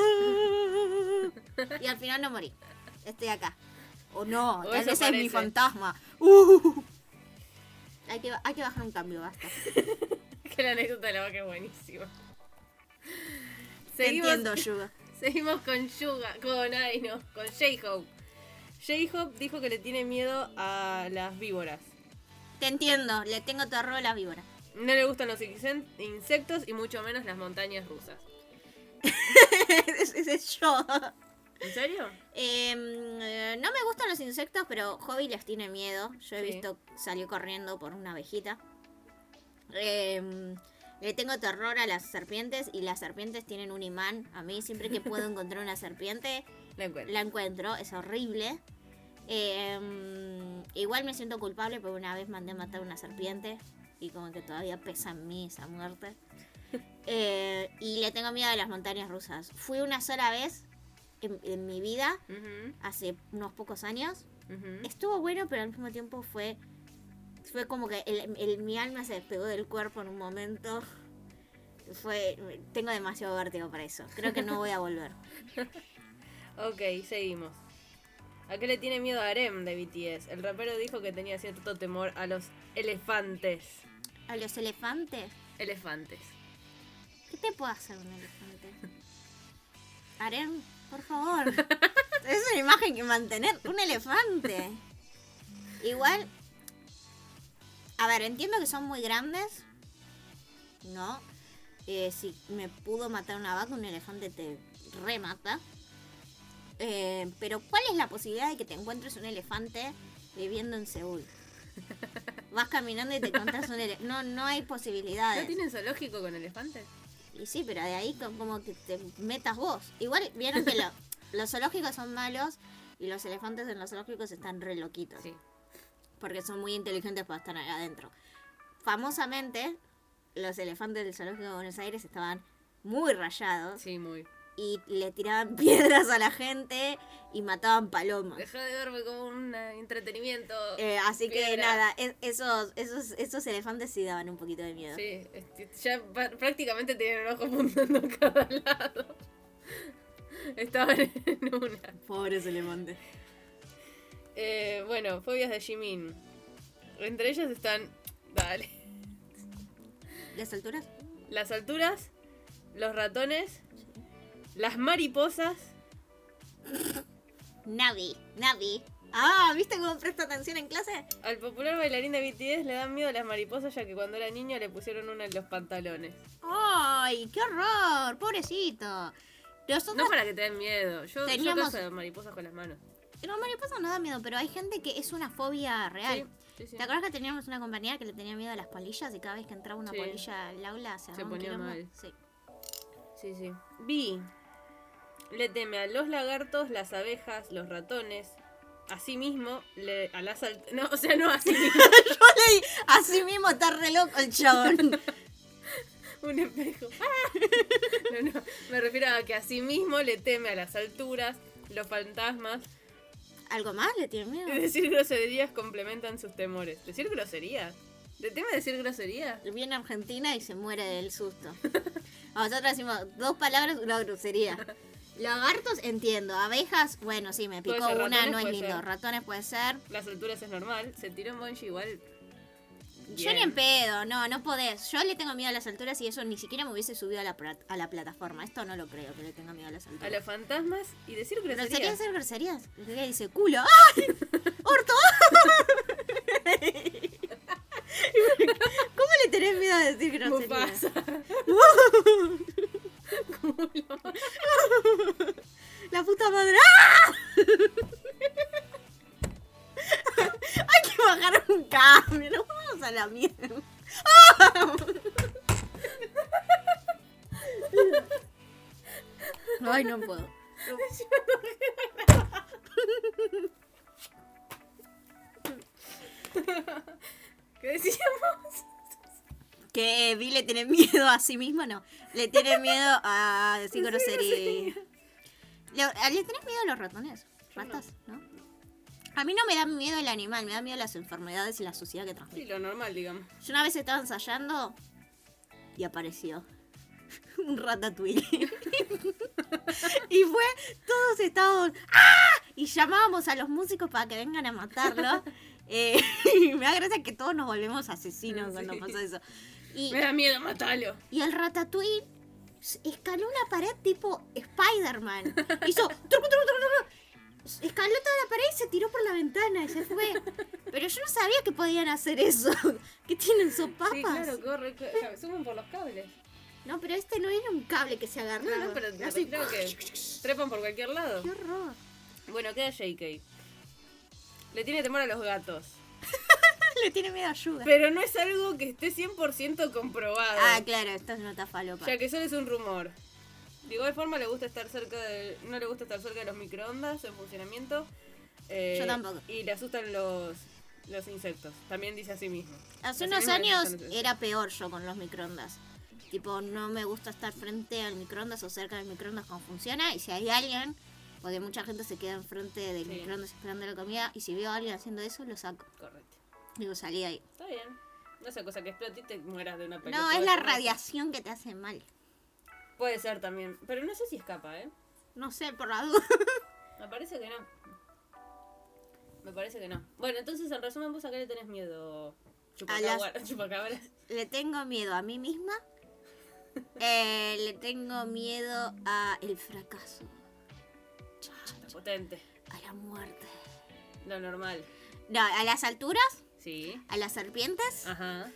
Y al final no morí. Estoy acá. O no,
O
tal
eso
vez es mi
parece.
fantasma. Hay que bajar un cambio, basta.
Que la anécdota de la vaca es buenísima.
Te entiendo, Yuga.
Seguimos con Yuga, con J-Hope. J-Hope dijo que le tiene miedo a las víboras.
Te entiendo, le tengo terror a las víboras.
No le gustan los insectos y mucho menos las montañas rusas.
Ese es yo.
¿En serio?
No me gustan los insectos, pero Hobby les tiene miedo. Yo he
Sí.
visto, salió corriendo por una abejita. Le tengo terror a las serpientes y las serpientes tienen un imán. A mí siempre que puedo encontrar una serpiente,
La encuentro.
la encuentro. Es horrible. Igual me siento culpable porque una vez mandé a matar una serpiente y como que todavía pesa en mí esa muerte. Y le tengo miedo a las montañas rusas. Fui una sola vez en mi vida,
Ujú,
hace unos pocos años.
ujú.
Estuvo bueno, pero al mismo tiempo fue como que mi alma se despegó del cuerpo en un momento. Tengo demasiado vértigo para eso. Creo que no voy a volver.
Ok, seguimos. ¿A qué le tiene miedo a Arem de BTS? El rapero dijo que tenía cierto temor a los elefantes.
¿A los elefantes?
Elefantes.
¿Qué te puede hacer un elefante? Aren, Por favor. Es una imagen que mantener. Un elefante. Igual. A ver, entiendo que son muy grandes. ¿No? Si me pudo matar una vaca, un elefante te remata. Pero ¿cuál es la posibilidad de que te encuentres un elefante viviendo en Seúl? Vas caminando y te encuentras un elefante. No hay posibilidades.
¿No tienen zoológico con elefantes?
Y sí, pero de ahí como que te metas vos. Igual vieron que los zoológicos son malos y los elefantes en los zoológicos están re loquitos.
Sí.
Porque son muy inteligentes para estar ahí adentro. Famosamente, los elefantes del zoológico de Buenos Aires estaban muy rayados.
Sí, muy.
Y le tiraban piedras a la gente y mataban palomas.
Deja de verme como un entretenimiento.
Así que
Piedra.
nada, esos elefantes sí daban un poquito de miedo.
Sí, ya prácticamente tienen un ojo apuntando a cada lado. Estaban en una.
Pobres elefantes.
Bueno, fobias de Jimin. Entre ellas están. Dale.
¿Las alturas?
Las alturas, los ratones, las mariposas.
Navi. Ah, ¿viste cómo presta atención en clase?
Al popular bailarín de BTS le dan miedo a las mariposas, ya que cuando era niño le pusieron una en los pantalones.
¡Ay, qué horror! Pobrecito. Nosotros,
No para que te den miedo. Yo
Teníamos-
cazo mariposas con las manos.
los mariposas no da miedo, pero hay gente que es una fobia real.
Sí.
¿Te acuerdas que teníamos una compañera que le tenía miedo a las polillas y cada vez que entraba una
Sí.
polilla al aula se armaba un
ponía
quilombo?
mal.
Sí.
Sí. Vi. Le teme a los lagartos, las abejas, los ratones. Asimismo, a las no, o sea, no así mismo.
Yo leí, así mismo está re loco el chabón.
Un espejo. No, me refiero a que asimismo le teme a las alturas, los fantasmas.
¿Algo más le tiene miedo?
Y decir groserías complementan sus temores. ¿Decir groserías? ¿Le teme decir groserías?
Viene a Argentina y se muere del susto. Nosotros decimos 2 palabras, una grosería. Lagartos entiendo, abejas, bueno, sí, me
Puede
picó
ser,
una,
ratones
no es
puede
lindo.
ser.
Ratones puede ser.
Las alturas es normal. Se tiró en bungee igual.
Yo
Bien.
ni en pedo, no podés. Yo le tengo miedo a las alturas y eso ni siquiera me hubiese subido a la plataforma. Esto no lo creo que le tenga miedo a las
A
alturas.
los fantasmas y decir
Groserías
groserías.
ser groserías. Grosería dice culo. ¡Ay! ¡Orto! ¿Cómo le tenés miedo a decir groserías?
Mufasa. Culo.
La puta madre. ¡Ah! Hay que bajar un cambio. No vamos a la mierda. ¡Ah! Ay, no puedo.
¿Qué decíamos?
Que Vi le tiene miedo a sí mismo, no. Le tiene miedo a decir grosería. ¿Le tenés miedo a los ratones? ¿Ratas? ¿No? A mí no me da miedo el animal, me da miedo las enfermedades y la suciedad que
Sí,
transmite.
lo normal, digamos.
Yo una vez estaba ensayando y apareció un ratatouille. Y fue, todos estábamos ¡ah! Y llamábamos a los músicos para que vengan a matarlo. Y me da gracia que todos nos volvemos asesinos cuando
Sí.
pasa eso. Y,
Me da miedo matarlo.
y el ratatouille escaló una pared tipo Spider-Man. Hizo truco, truco, truco, truco. Escaló toda la pared y se tiró por la ventana y se fue. Pero yo no sabía que podían hacer eso. ¿Qué tienen? ¿Son papas?
Sí, claro, corre. Suben por los cables.
No, pero este no era un cable que se agarraba.
No, pero me
Así,
refiero que trepan por cualquier lado.
¡qué horror!
Bueno, queda JK. Le tiene temor a los gatos.
Le tiene miedo a Yuga.
Pero no es algo que esté 100% comprobado.
Ah, claro, esto es nota falopa.
Ya que solo es un rumor. De igual forma no le gusta estar cerca de los microondas en funcionamiento.
Yo tampoco.
Y le asustan los insectos. También dice así mismo.
Hace
Así
unos
mismo le
años
asustan los insectos.
era peor yo con los microondas. Tipo, no me gusta estar frente al microondas o cerca del microondas cuando funciona. Y si hay alguien, porque mucha gente se queda enfrente del
Sí.
microondas esperando la comida. Y si veo a alguien haciendo eso, lo saco.
Correcto.
Digo, salí ahí.
Está bien. No sea cosa que explote y te mueras de una pelota.
No, es la radiación que te hace mal.
Puede ser también. Pero no sé si escapa, ¿eh?
No sé, por la duda.
Me parece que no. Me parece que no. Bueno, entonces en resumen, ¿vos a qué le tenés miedo? Chupacabras.
Le tengo miedo a mí misma. Le tengo miedo a el fracaso.
Potente.
A la muerte.
Lo normal.
No, a las alturas,
Sí.
a las serpientes,
Ajá.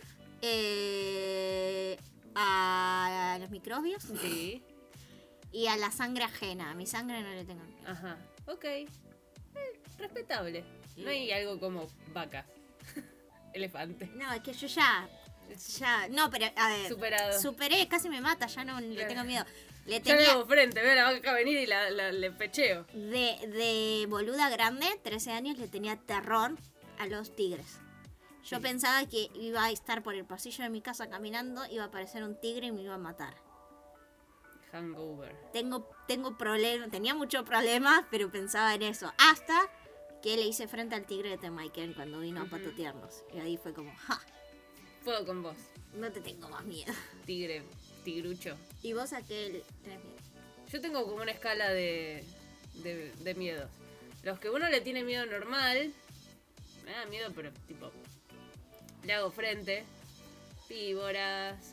a los microbios
Sí.
y a la sangre ajena. A mi sangre no le tengo miedo.
Ajá. Ok. Respetable. No hay algo como vaca. Elefante.
No, es que yo ya, no, pero a ver,
Superado.
superé, casi me mata, ya no le
Claro.
tengo miedo. Le
Ya le
tenía
hago frente, veo a la vaca venir y le pecheo.
de boluda grande, 13 años, le tenía terror a los tigres. Yo
Sí.
pensaba que iba a estar por el pasillo de mi casa caminando, iba a aparecer un tigre y me iba a matar.
Hangover.
Tengo problemas, tenía muchos problemas, pero pensaba en eso. Hasta que le hice frente al tigre de Temaiken cuando vino a patotearnos. Y ahí fue como, ja,
Puedo con vos,
no te tengo más miedo.
tigrucho.
¿Y vos a qué le tenés miedo?
Yo tengo como una escala de miedos. Los que uno le tiene miedo normal, me da miedo, pero tipo, le hago frente. Víboras,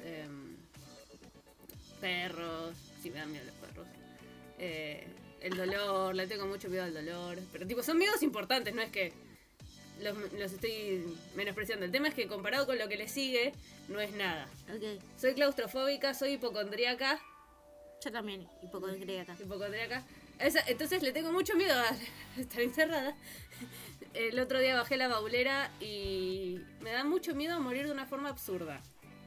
perros, sí me dan miedo los perros. El dolor, le tengo mucho miedo al dolor. Pero tipo, son miedos importantes, no es que los estoy menospreciando. El tema es que comparado con lo que le sigue, no es nada.
Ok,
Soy claustrofóbica, soy hipocondríaca.
yo también, hipocondríaca.
Entonces le tengo mucho miedo a estar encerrada. El otro día bajé la baulera y me da mucho miedo a morir de una forma absurda.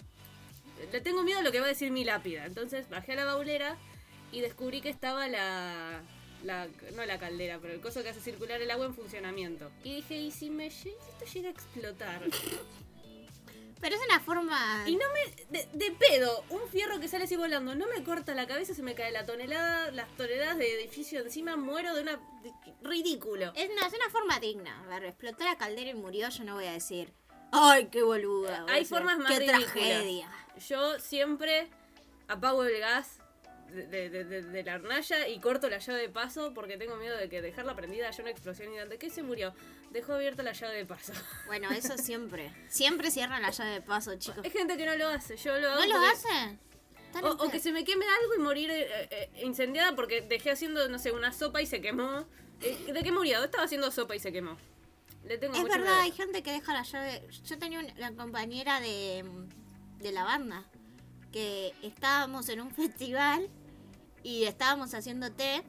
Le tengo miedo a lo que va a decir mi lápida. Entonces bajé a la baulera y descubrí que estaba no la caldera, pero el coso que hace circular el agua en funcionamiento. Y dije, ¿y si esto llega a explotar?
Pero es una forma...
Y no me... De pedo, un fierro que sale así volando, no me corta la cabeza, se me cae las toneladas de edificio encima, muero de una... ridículo.
Es una forma digna. A ver, explotó la caldera y murió, yo no voy a decir, ¡ay, qué boluda! Voy a
Hay
decir,
formas más
¡qué
ridículas.
tragedia!
Yo siempre apago el gas de la hornalla y corto la llave de paso porque tengo miedo de que dejarla prendida haya una explosión y ¿de qué se murió? Dejó abierta la llave de paso.
Bueno, eso siempre. Siempre cierran la llave de paso, chicos.
Hay gente que no lo hace, yo lo hago.
¿No lo
porque-
hacen? Están
O
en
que
pedo.
se me queme algo y morir incendiada porque dejé haciendo, no sé, una sopa y se quemó. ¿De qué murió? Estaba haciendo sopa y se quemó. Le tengo
Es
mucho
verdad,
miedo.
hay gente que deja la llave. Yo tenía una compañera de la banda que estábamos en un festival y estábamos haciendo té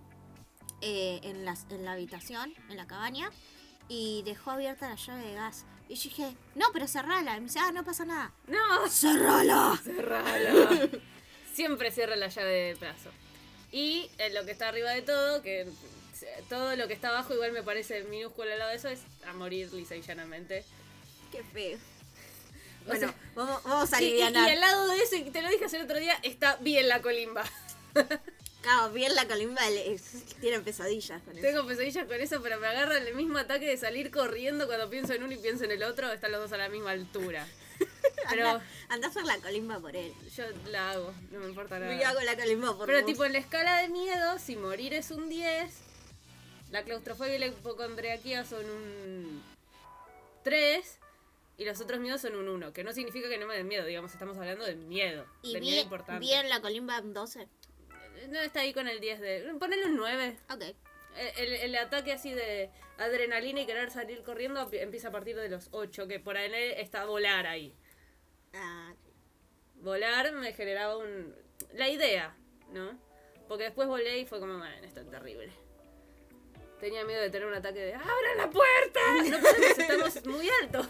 en la habitación, en la cabaña, y dejó abierta la llave de gas. Y yo dije, no, pero cerrala. Y me dice, no pasa nada.
¡No!
¡Cerrala!
Cerrala. Siempre cierra la llave de paso. Y lo que está arriba de todo, que todo lo que está abajo igual me parece minúsculo al lado de eso, es a morir lisa y llanamente.
Qué feo.
O
Bueno,
sea,
vamos a
y
alivianar.
al lado de eso, y te lo dije hace el otro día, está bien la colimba.
Claro, bien la colimba tiene pesadillas con eso.
Tengo pesadillas con eso, pero me agarra el mismo ataque de salir corriendo cuando pienso en uno y pienso en el otro. Están los dos a la misma altura. Pero
Anda a hacer la colimba por él.
yo la hago, no me importa nada.
Yo hago la colimba por
Pero
vos.
tipo en la escala de miedo, si morir es un 10, la claustrofobia y la hipocondriaquía son un 3 y los otros miedos son un 1, que no significa que no me den miedo, digamos, estamos hablando de miedo,
Y
de miedo importante.
bien la colimba en 12.
No está ahí con el 10 de... Ponele un 9.
Ok.
El ataque así de adrenalina y querer salir corriendo empieza a partir de los 8, que por ahí está volar ahí.
Ah,
Volar me generaba la idea, ¿no? Porque después volé y fue como, man, esto es terrible. Tenía miedo de tener un ataque de ¡abran la puerta! No podemos, estamos muy altos.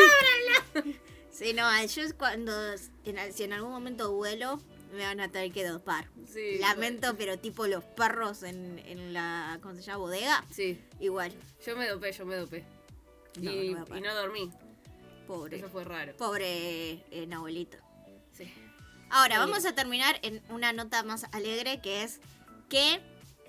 sí, no, yo es cuando, si en algún momento vuelo, me van a tener que dopar.
Sí,
Lamento, pero tipo los perros en la, ¿cómo se llama? Bodega.
Sí,
Igual.
yo me dopé.
No,
y,
no voy a parar.
y no dormí.
Pobre.
Eso fue raro.
Pobre abuelito.
Sí.
Ahora,
Sí.
vamos a terminar en una nota más alegre, que es que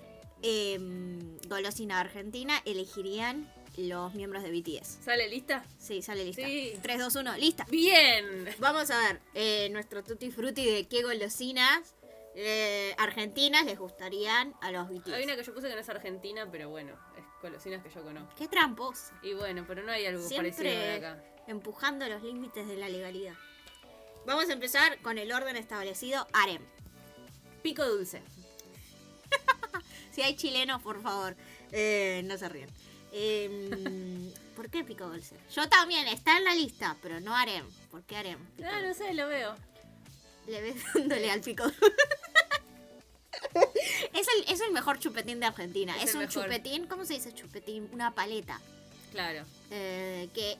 golosina argentina elegirían los miembros de BTS.
¿Sale lista?
Sí, sale lista.
Sí.
3, 2, 1, lista.
¡Bien!
Vamos a ver nuestro tutti frutti de qué golosinas argentinas les gustarían a los BTS.
Hay una que yo puse que no es argentina, pero bueno, es golosinas que yo conozco.
Qué tramposo.
Y bueno, pero no hay algo parecido de
Siempre
acá.
empujando los límites de la legalidad. Vamos a empezar con el orden establecido. Harem.
Pico dulce.
Si hay chilenos, por favor, no se ríen. ¿Por qué pico dulce? Yo también, está en la lista, pero no harem. ¿Por qué harem?
No sé, lo veo.
Le ves dándole al pico dulce. Es el mejor chupetín de Argentina. Es
el
un
mejor.
chupetín, ¿cómo se dice chupetín? Una paleta.
Claro.
Que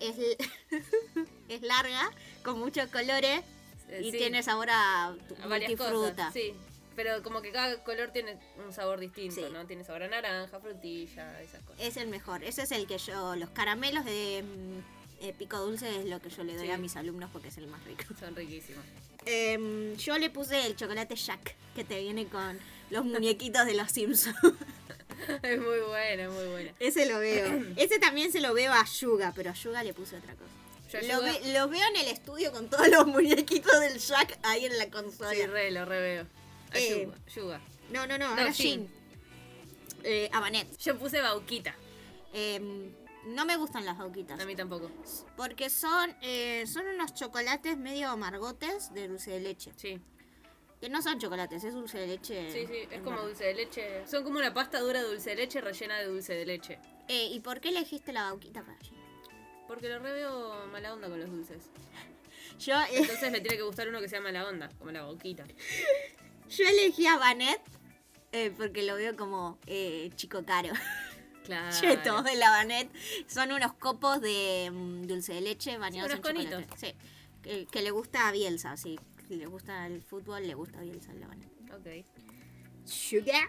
es larga, con muchos colores y
Sí,
tiene sabor a
a varias
multifruta.
cosas. Sí, pero como que cada color tiene un sabor distinto,
Sí.
¿no? Tiene sabor a naranja, frutilla, esas cosas.
Es el mejor. Ese es el que los caramelos de pico dulce es lo que yo le doy
Sí.
a mis alumnos porque es el más rico.
Son riquísimos.
Yo le puse el chocolate Jack, que te viene con los muñequitos de los Simpsons.
Es muy buena, muy buena.
Ese lo veo. Ese también se lo veo a Yuga, pero a Yuga le puse otra cosa.
Yo a
Lo,
Yuga-
los veo en el estudio con todos los muñequitos del Jack ahí en la consola.
Sí, lo re veo. A Yuga.
No, ahora
Jin.
Jin. Habanet.
Yo puse Bauquita.
No me gustan las bauquitas.
A mí tampoco.
Porque son unos chocolates medio amargotes de dulce de leche.
Sí,
Que no son chocolates, es dulce de leche.
sí, es
en
como
barra.
dulce de leche. Son como una pasta dura de dulce de leche rellena de dulce de leche.
¿Y por qué elegiste la bauquita para Jin?
Porque lo re veo mala onda con los dulces.
Yo,
Entonces le tiene que gustar uno que sea mala onda, como la Bauquita.
yo elegí a Banet porque lo veo como chico caro.
Claro.
Cheto, el Habanet. Son unos copos de dulce de leche bañados
unos
en chocolate.
conitos.
Sí. Que le gusta a Bielsa, sí. Si le gusta el fútbol, le gusta a Bielsa el Habanet.
Ok.
Sugar.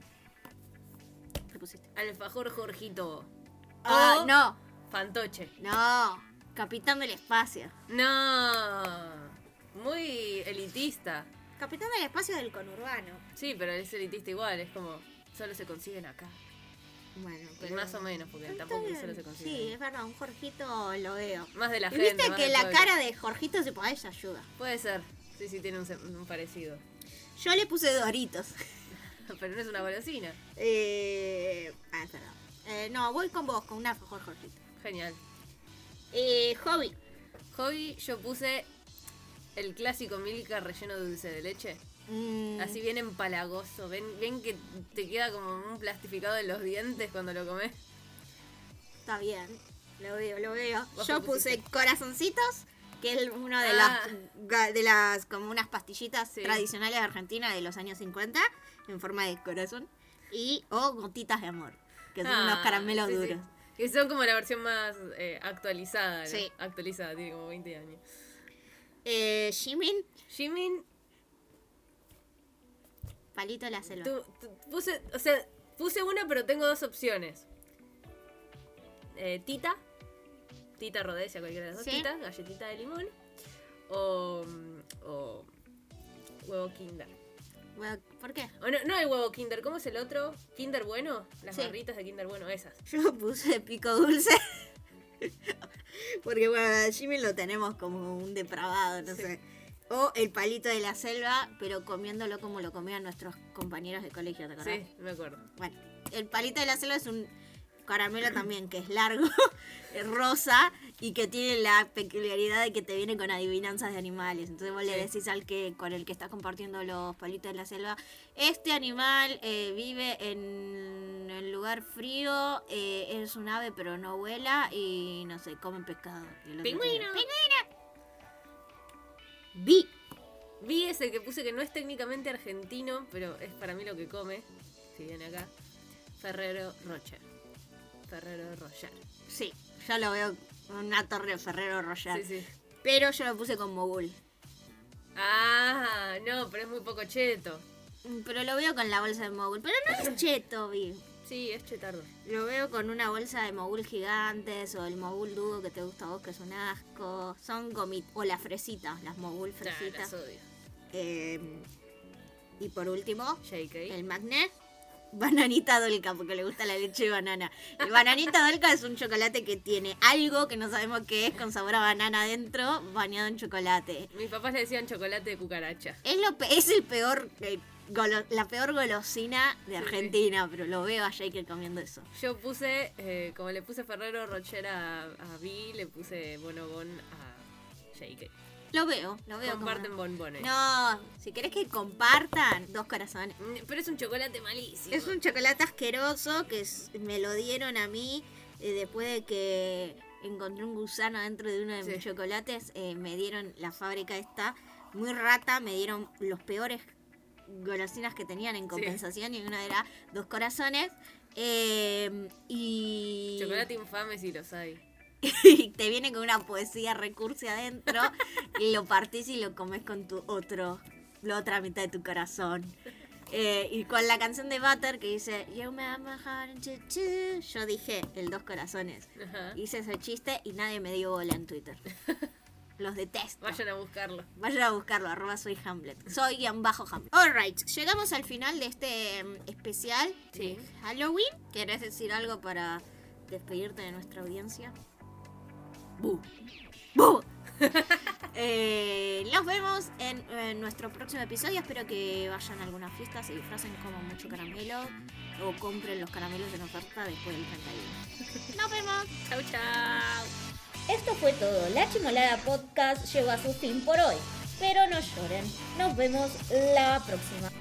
¿Qué pusiste?
Alfajor Jorgito.
Ah,
O
no.
Fantoche.
No. Capitán del Espacio.
No. Muy elitista.
Capitán del Espacio del conurbano.
Sí, pero es elitista igual. Es como, solo se consiguen acá.
Bueno,
Y más o menos, porque
Está
tampoco
bien.
solo se consiguen.
Sí, es verdad, un Jorgito lo veo.
Más de la
Y
gente.
viste
más
que
del
la
pueblo.
cara de Jorgito se parece a ayuda.
Puede ser. Sí, tiene un parecido.
Yo le puse Doritos.
Pero no es una golosina.
Es verdad. No, voy con vos, con un alfajor Jorgito.
Genial.
Hobby.
Hobby, yo puse el clásico Milka relleno de dulce de leche.
Mm,
Así bien empalagoso. Ven que te queda como un plastificado en los dientes cuando lo comes.
Está bien. Lo veo.
¿Vos
Yo
qué
puse
pusiste?
corazoncitos, que es uno de las como unas pastillitas
Sí.
tradicionales de Argentina de los años 50 en forma de corazón. O gotitas de amor, que son unos caramelos
sí, sí.
duros.
Que son como la versión más actualizada. ¿no?
Sí.
Actualizada, tiene como 20 años.
Jimin,
Jimin,
palito de la selva.
puse una, pero tengo dos opciones. Tita Rodesia, cualquiera de las dos
Sí.
titas, galletita de limón. O huevo Kinder.
Bueno, ¿por qué?
O no el huevo Kinder, ¿cómo es el otro? ¿Kinder Bueno? Las
Sí.
barritas de Kinder Bueno, esas.
Yo puse pico dulce. Porque bueno, Jimmy lo tenemos como un depravado, no
Sí.
sé. O el palito de la selva, pero comiéndolo como lo comían nuestros compañeros de colegio, ¿te acordás?
Sí, me acuerdo.
Bueno, el palito de la selva es un caramelo también que es largo, es rosa y que tiene la peculiaridad de que te viene con adivinanzas de animales. Entonces vos le
Sí.
decís al que con el que estás compartiendo los palitos de la selva, este animal vive en el lugar frío, es un ave pero no vuela y no sé, come pescado. Y el otro
¡Pingüino!
tiene, ¡Pingüino! Vi.
Vi es el que puse que no es técnicamente argentino, pero es para mí lo que come. Si viene acá. Ferrero Rocher.
Sí, ya lo veo una torre de Ferrero Rocher.
Sí, sí.
Pero yo lo puse con mogul.
Ah, no, pero es muy poco cheto.
Pero lo veo con la bolsa de mogul. Pero no es cheto, Vi.
Sí, es chetardo.
Lo veo con una bolsa de mogul gigantes o el mogul duro que te gusta a vos, que es un asco. Son o las fresitas, las mogul
Ya,
fresitas.
las odio.
Y por último,
JK.
el magnet. Bananita Dolca, porque le gusta la leche de banana. El bananita Dolca es un chocolate que tiene algo que no sabemos qué es, con sabor a banana adentro, bañado en chocolate.
Mis papás le decían chocolate de cucaracha.
Es el peor, la peor golosina de
Sí,
Argentina, pero lo veo a Jake comiendo eso.
Yo puse, como le puse Ferrero Rocher a Vi, le puse Bonobón a JK.
Lo veo.
Comparten
como
bombones.
no, si querés que compartan, 2 corazones.
Pero es un chocolate malísimo.
Es un chocolate asqueroso que me lo dieron a mí después de que encontré un gusano dentro de uno de mis chocolates. Me dieron la fábrica esta, muy rata, me dieron los peores golosinas que tenían en compensación y una era 2 corazones. Y
Chocolate infame si los hay.
y te viene con una poesía recursi adentro y lo partís y lo comes con la otra mitad de tu corazón. Y con la canción de Butter que dice You made my heart into two, yo dije el 2 corazones.
Ajá.
Hice ese chiste y nadie me dio bola en Twitter. Los detesto.
Vayan a buscarlo.
Vayan a buscarlo, @soy Hamlet. Soy _Hamlet. Alright, llegamos al final de este especial de Halloween. ¿Querés decir algo para despedirte de nuestra audiencia? ¡Bu! ¡Bu! Nos vemos en nuestro próximo episodio. Espero que vayan a alguna fiesta, se disfracen, coman mucho caramelo o compren los caramelos en oferta después del 31. Nos vemos.
Chau, chau.
Esto fue todo. La Chimolada Podcast llegó a su fin por hoy. Pero no lloren. Nos vemos la próxima.